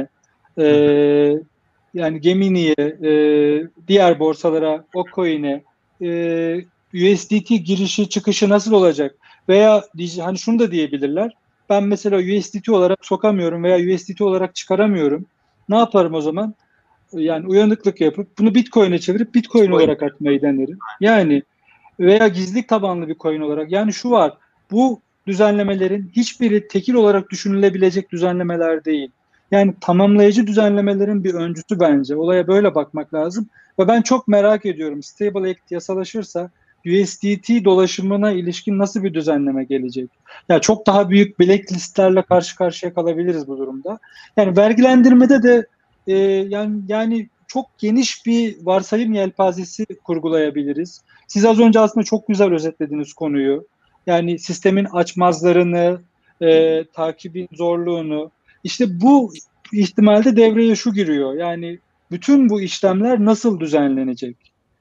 yani Gemini'ye, diğer borsalara, Occoin'e USDT girişi çıkışı nasıl olacak? Veya hani şunu da diyebilirler. Ben mesela USDT olarak sokamıyorum veya USDT olarak çıkaramıyorum. Ne yaparım o zaman? Yani uyanıklık yapıp bunu Bitcoin'e çevirip Bitcoin olarak atmayı denerim. Yani veya gizlilik tabanlı bir coin olarak. Yani şu var. Bu düzenlemelerin hiçbiri tekil olarak düşünülebilecek düzenlemeler değil. Yani tamamlayıcı düzenlemelerin bir öncüsü bence. Olaya böyle bakmak lazım. Ve ben çok merak ediyorum. Stable Act yasalaşırsa USDT dolaşımına ilişkin nasıl bir düzenleme gelecek? Yani çok daha büyük blacklistlerle karşı karşıya kalabiliriz bu durumda. Yani vergilendirmede de yani çok geniş bir varsayım yelpazesi kurgulayabiliriz. Siz az önce aslında çok güzel özetlediniz konuyu. Yani sistemin açmazlarını, takibin zorluğunu. İşte bu ihtimalde devreye şu giriyor. Yani bütün bu işlemler nasıl düzenlenecek?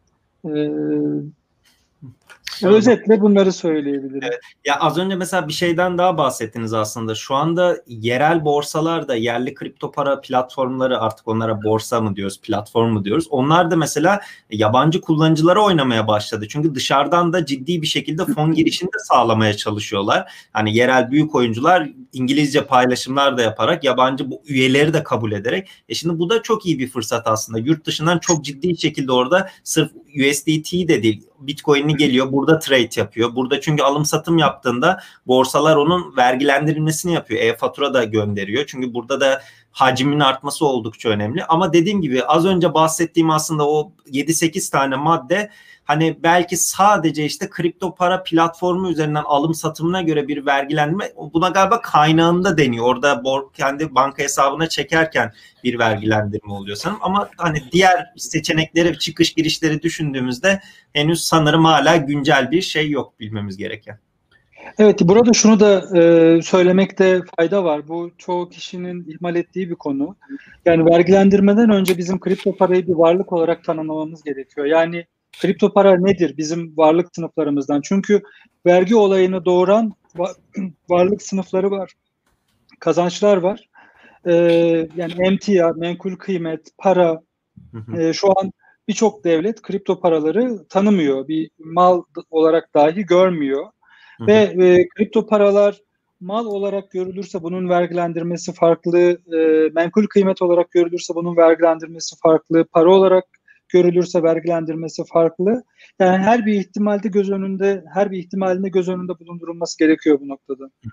Özetle bunları söyleyebilirim. Evet. Ya az önce mesela bir şeyden daha bahsettiniz aslında. Şu anda yerel borsalar da yerli kripto para platformları, artık onlara borsa mı diyoruz, platform mu diyoruz. Onlar da mesela yabancı kullanıcılara oynamaya başladı. Çünkü dışarıdan da ciddi bir şekilde fon girişini de sağlamaya çalışıyorlar. Hani yerel büyük oyuncular İngilizce paylaşımlar da yaparak yabancı bu üyeleri de kabul ederek. Şimdi bu da çok iyi bir fırsat aslında. Yurt dışından çok ciddi şekilde orada sırf USDT de değil, Bitcoin'i geliyor, burada trade yapıyor. Burada çünkü alım satım yaptığında borsalar onun vergilendirilmesini yapıyor. E-fatura da gönderiyor. Çünkü burada da hacmin artması oldukça önemli. Ama dediğim gibi az önce bahsettiğim aslında o 7-8 tane madde hani belki sadece işte kripto para platformu üzerinden alım satımına göre bir vergilendirme, buna galiba kaynağında deniyor. Orada kendi banka hesabına çekerken bir vergilendirme oluyor sanırım. Ama hani diğer seçenekleri, çıkış girişleri düşündüğümüzde henüz sanırım hala güncel bir şey yok bilmemiz gereken. Evet, burada şunu da söylemekte fayda var. Bu çoğu kişinin ihmal ettiği bir konu. Yani vergilendirmeden önce bizim kripto parayı bir varlık olarak tanımlamamız gerekiyor. Yani kripto para nedir bizim varlık sınıflarımızdan? Çünkü vergi olayını doğuran varlık sınıfları var, kazançlar var. Yani emtia, menkul kıymet, para, şu an birçok devlet kripto paraları tanımıyor. Bir mal olarak dahi görmüyor. Ve kripto paralar mal olarak görülürse bunun vergilendirmesi farklı, menkul kıymet olarak görülürse bunun vergilendirmesi farklı, para olarak görülürse vergilendirmesi farklı. Yani her bir ihtimalinde göz önünde bulundurulması gerekiyor bu noktada.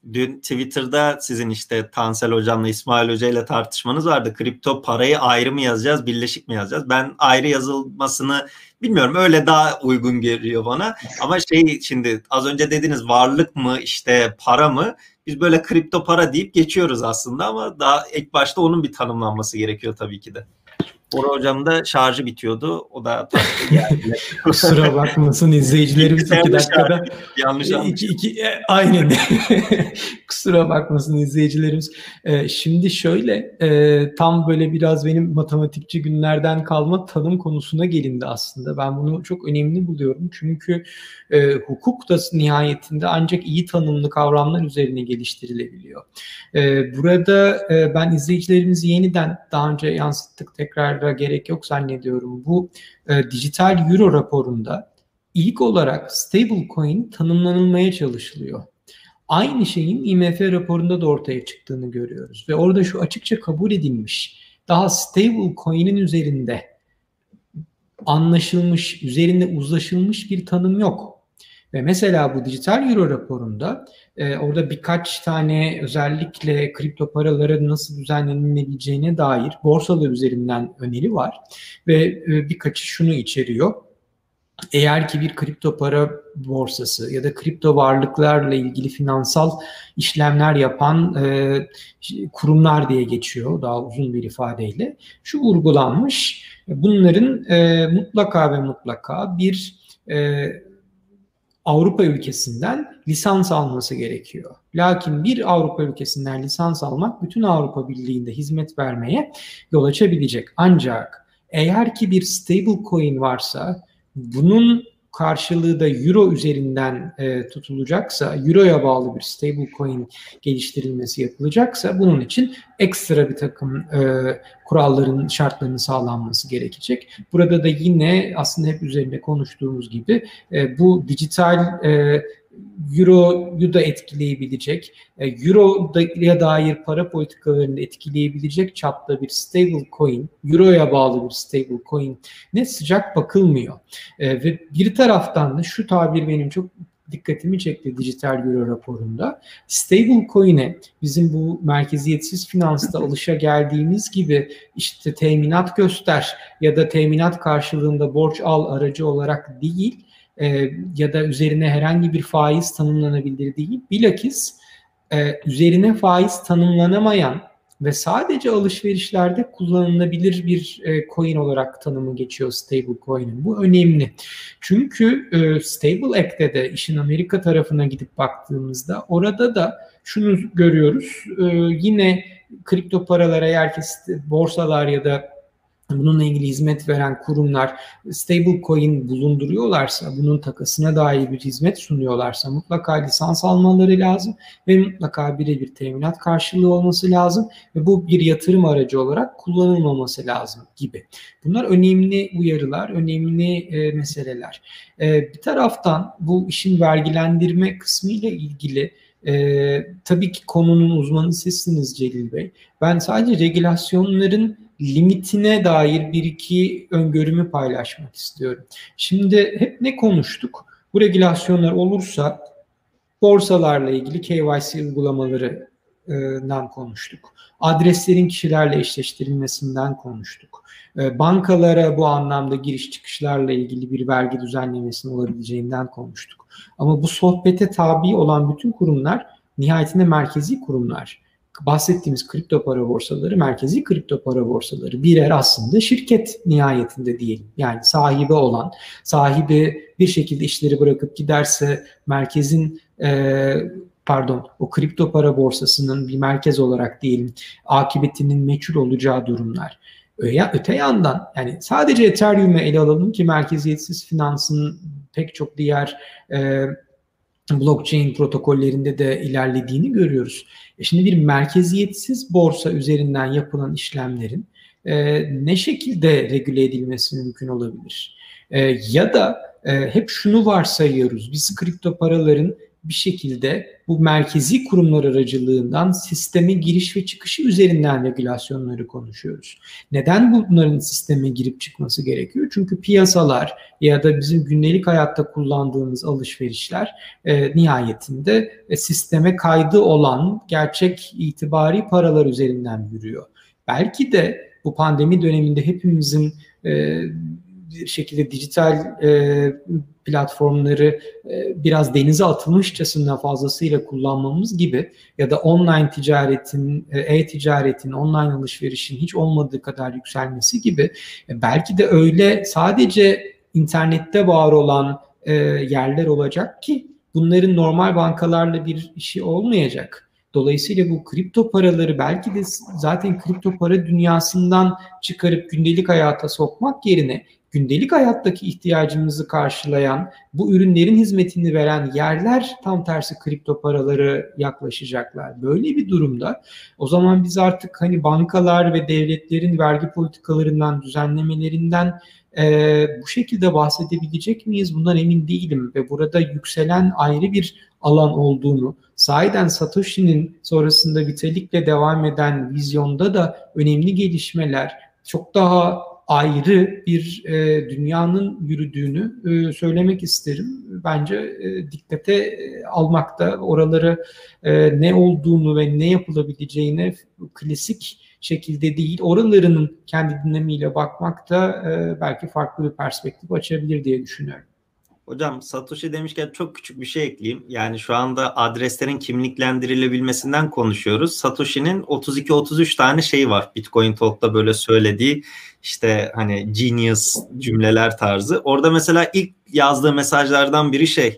Dün Twitter'da sizin işte Tansel Hocam'la İsmail Hoca ile tartışmanız vardı. Kripto parayı ayrı mı yazacağız, birleşik mi yazacağız? Ben ayrı yazılmasını bilmiyorum. Öyle daha uygun geliyor bana. Ama şimdi az önce dediniz, varlık mı işte para mı? Biz böyle kripto para deyip geçiyoruz aslında ama daha ilk başta onun bir tanımlanması gerekiyor tabii ki de. Bora Hocam da şarjı bitiyordu. O da geldi. Kusura bakmasın izleyicilerimiz 2 dakikada. Yanlış anlamış. Aynen. Kusura bakmasın izleyicilerimiz. Şimdi şöyle tam böyle biraz benim matematikçi günlerden kalma tanım konusuna gelindi aslında. Ben bunu çok önemli buluyorum. Çünkü hukuk da nihayetinde ancak iyi tanımlı kavramlar üzerine geliştirilebiliyor. Burada ben izleyicilerimizi yeniden daha önce yansıttık, tekrara gerek yok zannediyorum. Bu dijital euro raporunda ilk olarak stablecoin tanımlanılmaya çalışılıyor. Aynı şeyin IMF raporunda da ortaya çıktığını görüyoruz ve orada şu açıkça kabul edilmiş, daha stablecoin'in üzerinde anlaşılmış, üzerinde uzlaşılmış bir tanım yok. Ve mesela bu dijital euro raporunda orada birkaç tane özellikle kripto paralara nasıl düzenlenebileceğine dair borsalar üzerinden öneri var. Ve birkaçı şunu içeriyor. Eğer ki bir kripto para borsası ya da kripto varlıklarla ilgili finansal işlemler yapan kurumlar diye geçiyor daha uzun bir ifadeyle. Şu vurgulanmış, bunların mutlaka ve mutlaka bir Avrupa ülkesinden lisans alması gerekiyor. Lakin bir Avrupa ülkesinden lisans almak bütün Avrupa Birliği'nde hizmet vermeye yol açabilecek. Ancak eğer ki bir stablecoin varsa, bunun karşılığı da euro üzerinden tutulacaksa, euroya bağlı bir stablecoin geliştirilmesi yapılacaksa bunun için ekstra bir takım kuralların, şartlarının sağlanması gerekecek. Burada da yine aslında hep üzerinde konuştuğumuz gibi bu dijital Euro'yu da etkileyebilecek, Euro'ya dair para politikalarını etkileyebilecek çapta bir stable coin, Euro'ya bağlı bir stable coin ne sıcak bakılmıyor. Ve bir taraftan da şu tabir benim çok dikkatimi çekti dijital Euro raporunda. Stable coin'e bizim bu merkeziyetsiz finansta alışageldiğimiz gibi işte teminat göster ya da teminat karşılığında borç al aracı olarak değil, ya da üzerine herhangi bir faiz tanımlanabilir değil. Bilakis üzerine faiz tanımlanamayan ve sadece alışverişlerde kullanılabilir bir coin olarak tanımı geçiyor stable coin'in. Bu önemli. Çünkü Stable Act'te de işin Amerika tarafına gidip baktığımızda orada da şunu görüyoruz. Yine kripto paralara eğer ki borsalar ya da bununla ilgili hizmet veren kurumlar stablecoin bulunduruyorlarsa, bunun takasına dair bir hizmet sunuyorlarsa mutlaka lisans almaları lazım ve mutlaka birebir teminat karşılığı olması lazım ve bu bir yatırım aracı olarak kullanılmaması lazım gibi. Bunlar önemli uyarılar, önemli meseleler. Bir taraftan bu işin vergilendirme kısmıyla ilgili tabii ki konunun uzmanı sizsiniz Celil Bey. Ben sadece regülasyonların limitine dair bir iki öngörümü paylaşmak istiyorum. Şimdi hep ne konuştuk? Bu regülasyonlar olursa borsalarla ilgili KYC uygulamalarından konuştuk. Adreslerin kişilerle eşleştirilmesinden konuştuk. Bankalara bu anlamda giriş çıkışlarla ilgili bir vergi düzenlemesinin olabileceğinden konuştuk. Ama bu sohbete tabi olan bütün kurumlar nihayetinde merkezi kurumlar. Bahsettiğimiz kripto para borsaları, merkezi kripto para borsaları birer aslında şirket nihayetinde diyelim. Yani sahibi olan, sahibi bir şekilde işleri bırakıp giderse merkezin o kripto para borsasının bir merkez olarak diyelim akıbetinin meçhul olacağı durumlar. Öte yandan yani sadece Ethereum'u ele alalım ki merkeziyetsiz finansın pek çok diğer blockchain protokollerinde de ilerlediğini görüyoruz. Şimdi bir merkeziyetsiz borsa üzerinden yapılan işlemlerin ne şekilde regüle edilmesi mümkün olabilir? Ya da hep şunu varsayıyoruz, biz kripto paraların bir şekilde bu merkezi kurumlar aracılığından sisteme giriş ve çıkışı üzerinden regülasyonları konuşuyoruz. Neden bunların sisteme girip çıkması gerekiyor? Çünkü piyasalar ya da bizim gündelik hayatta kullandığımız alışverişler nihayetinde sisteme kaydı olan gerçek itibari paralar üzerinden yürüyor. Belki de bu pandemi döneminde hepimizin bir şekilde dijital platformları biraz denize atılmışçasına fazlasıyla kullanmamız gibi ya da online ticaretin, e-ticaretin, online alışverişin hiç olmadığı kadar yükselmesi gibi belki de öyle sadece internette var olan yerler olacak ki bunların normal bankalarla bir işi olmayacak. Dolayısıyla bu kripto paraları belki de zaten kripto para dünyasından çıkarıp gündelik hayata sokmak yerine gündelik hayattaki ihtiyacımızı karşılayan, bu ürünlerin hizmetini veren yerler tam tersi kripto paraları yaklaşacaklar. Böyle bir durumda o zaman biz artık hani bankalar ve devletlerin vergi politikalarından, düzenlemelerinden bu şekilde bahsedebilecek miyiz? Bundan emin değilim ve burada yükselen ayrı bir alan olduğunu, sahiden Satoshi'nin sonrasında Vitalik'le devam eden vizyonda da önemli gelişmeler, çok daha ayrı bir dünyanın yürüdüğünü söylemek isterim. Bence dikkate almakta, oraları ne olduğunu ve ne yapılabileceğine klasik şekilde değil, oralarının kendi dinamiğiyle bakmak da belki farklı bir perspektif açabilir diye düşünüyorum. Hocam Satoshi demişken çok küçük bir şey ekleyeyim. Yani şu anda adreslerin kimliklendirilebilmesinden konuşuyoruz. Satoshi'nin 32-33 tane şeyi var. Bitcoin Talk'ta böyle söylediği işte hani genius cümleler tarzı. Orada mesela ilk yazdığı mesajlardan biri şey,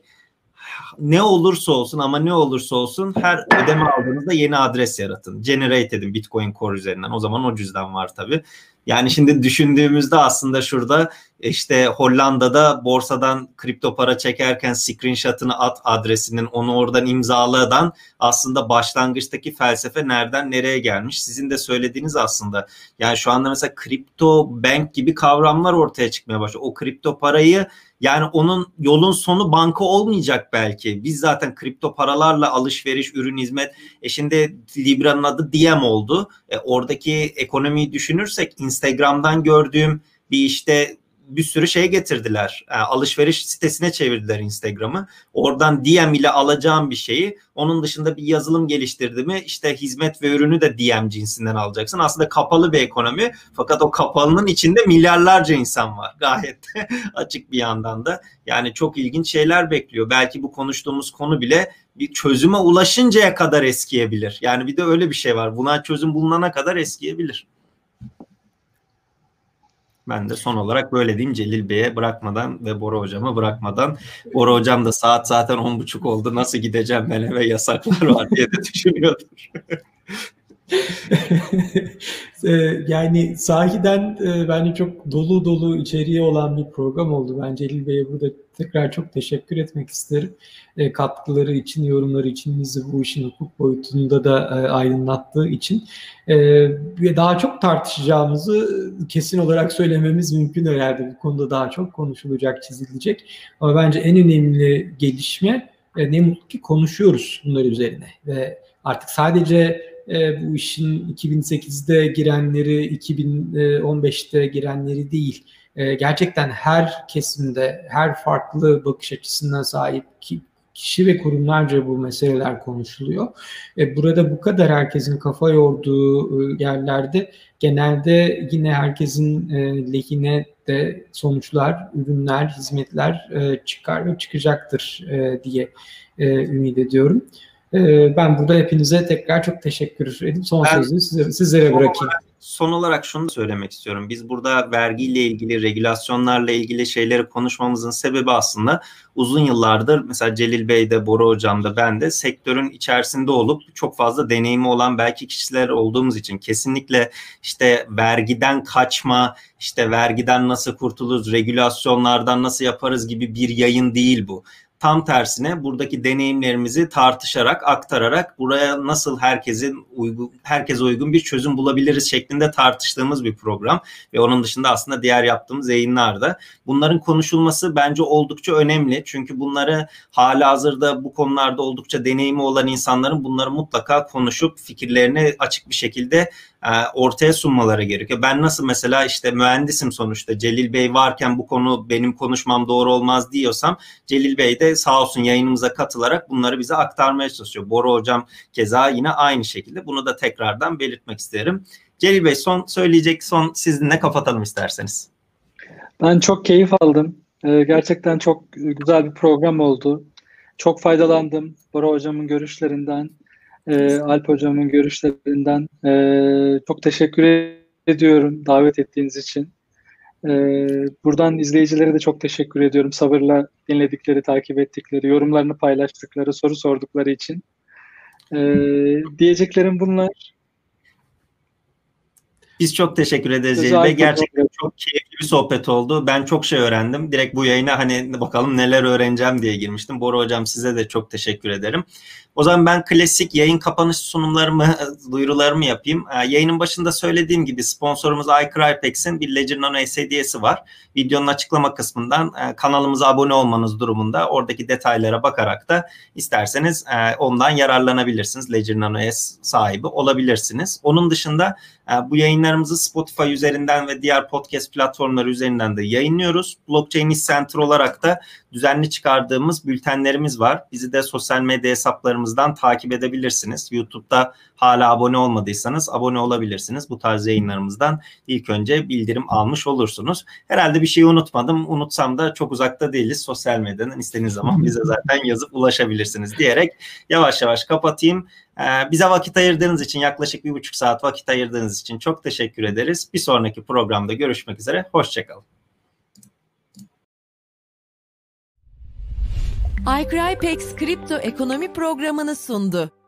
ne olursa olsun ama ne olursa olsun her ödeme aldığınızda yeni adres yaratın. Generate edin Bitcoin Core üzerinden. O zaman o cüzdan var tabii. Yani şimdi düşündüğümüzde aslında şurada işte Hollanda'da borsadan kripto para çekerken screenshot'ını at adresinin, onu oradan imzaladan aslında başlangıçtaki felsefe nereden nereye gelmiş. Sizin de söylediğiniz aslında. Yani şu anda mesela kripto bank gibi kavramlar ortaya çıkmaya başlıyor. O kripto parayı, yani onun yolun sonu banka olmayacak belki. Biz zaten kripto paralarla alışveriş, ürün, hizmet. Şimdi Libra'nın adı Diem oldu. Oradaki ekonomiyi düşünürsek Instagram'dan gördüğüm bir işte bir sürü şey getirdiler. Alışveriş sitesine çevirdiler Instagram'ı. Oradan DM ile alacağım bir şeyi, onun dışında bir yazılım geliştirdi mi işte hizmet ve ürünü de DM cinsinden alacaksın. Aslında kapalı bir ekonomi, fakat o kapalının içinde milyarlarca insan var. Gayet açık bir yandan da. Yani çok ilginç şeyler bekliyor. Belki bu konuştuğumuz konu bile bir çözüme ulaşıncaya kadar eskiyebilir. Yani bir de öyle bir şey var. Buna çözüm bulunana kadar eskiyebilir. Ben de son olarak böyle diyeyim, Celil Bey'e bırakmadan ve Bora Hocam'a bırakmadan. Bora Hocam da saat zaten 10.30 oldu. Nasıl gideceğim ben eve, yasaklar var diye de düşünüyordur. Yani sahiden bence çok dolu dolu içeriği olan bir program oldu. Ben Celil Bey'e burada tekrar çok teşekkür etmek isterim. Katkıları için, yorumları için, bizi bu işin hukuk boyutunda da aydınlattığı için. Ve daha çok tartışacağımızı kesin olarak söylememiz mümkün herhalde. Bu konuda daha çok konuşulacak, çizilecek. Ama bence en önemli gelişme ne mutlu ki konuşuyoruz bunlar üzerine. Ve artık sadece bu işin 2008'de girenleri, 2015'te girenleri değil, gerçekten her kesimde, her farklı bakış açısına sahip kişi ve kurumlarca bu meseleler konuşuluyor. Burada bu kadar herkesin kafa yorduğu yerlerde genelde yine herkesin lehine de sonuçlar, ürünler, hizmetler çıkar ve çıkacaktır diye ümit ediyorum. Ben burada hepinize tekrar çok teşekkür edip son sözü sizlere bırakayım. Son olarak şunu söylemek istiyorum. Biz burada vergiyle ilgili, regülasyonlarla ilgili şeyleri konuşmamızın sebebi aslında uzun yıllardır mesela Celil Bey de, Bora Hocam da, ben de sektörün içerisinde olup çok fazla deneyimi olan belki kişiler olduğumuz için kesinlikle işte vergiden kaçma, işte vergiden nasıl kurtuluruz, regülasyonlardan nasıl yaparız gibi bir yayın değil bu. Tam tersine buradaki deneyimlerimizi tartışarak, aktararak buraya nasıl herkese uygun bir çözüm bulabiliriz şeklinde tartıştığımız bir program ve onun dışında aslında diğer yaptığımız yayınlarda bunların konuşulması bence oldukça önemli. Çünkü bunları halihazırda bu konularda oldukça deneyimi olan insanların bunları mutlaka konuşup fikirlerini açık bir şekilde ortaya sunmaları gerekiyor. Ben nasıl mesela işte mühendisim sonuçta, Celil Bey varken bu konu benim konuşmam doğru olmaz diyorsam, Celil Bey de sağ olsun yayınımıza katılarak bunları bize aktarmaya çalışıyor. Bora Hocam keza yine aynı şekilde. Bunu da tekrardan belirtmek isterim. Celil Bey son sizinle kapatalım isterseniz. Ben çok keyif aldım. Gerçekten çok güzel bir program oldu. Çok faydalandım Bora Hocam'ın görüşlerinden, Alp Hocam'ın görüşlerinden. Çok teşekkür ediyorum davet ettiğiniz için. Buradan izleyicilere de çok teşekkür ediyorum. Sabırla dinledikleri, takip ettikleri, yorumlarını paylaştıkları, soru sordukları için. Diyeceklerim bunlar. Biz çok teşekkür ederiz Celil Bey. Gerçekten çok keyifli bir sohbet oldu. Ben çok şey öğrendim. Direkt bu yayına hani bakalım neler öğreneceğim diye girmiştim. Bora Hocam size de çok teşekkür ederim. O zaman ben klasik yayın kapanış duyurularımı yapayım. Yayının başında söylediğim gibi sponsorumuz iCrypex'in bir Ledger Nano SD'si var. Videonun açıklama kısmından kanalımıza abone olmanız durumunda oradaki detaylara bakarak da isterseniz ondan yararlanabilirsiniz. Ledger Nano S sahibi olabilirsiniz. Onun dışında bu yayınlarımızı Spotify üzerinden ve diğer podcast platformları üzerinden de yayınlıyoruz. Blockchain News Center olarak da düzenli çıkardığımız bültenlerimiz var. Bizi de sosyal medya hesaplarımızdan takip edebilirsiniz. YouTube'da hala abone olmadıysanız abone olabilirsiniz. Bu tarz yayınlarımızdan ilk önce bildirim almış olursunuz. Herhalde bir şeyi unutmadım. Unutsam da çok uzakta değiliz. Sosyal medyadan istediğiniz zaman bize zaten yazıp ulaşabilirsiniz diyerek yavaş yavaş kapatayım. Bize vakit ayırdığınız için, yaklaşık 1,5 saat vakit ayırdığınız için çok teşekkür ederiz. Bir sonraki programda görüşmek üzere. Hoşçakalın. iCrypex kripto ekonomi programını sundu.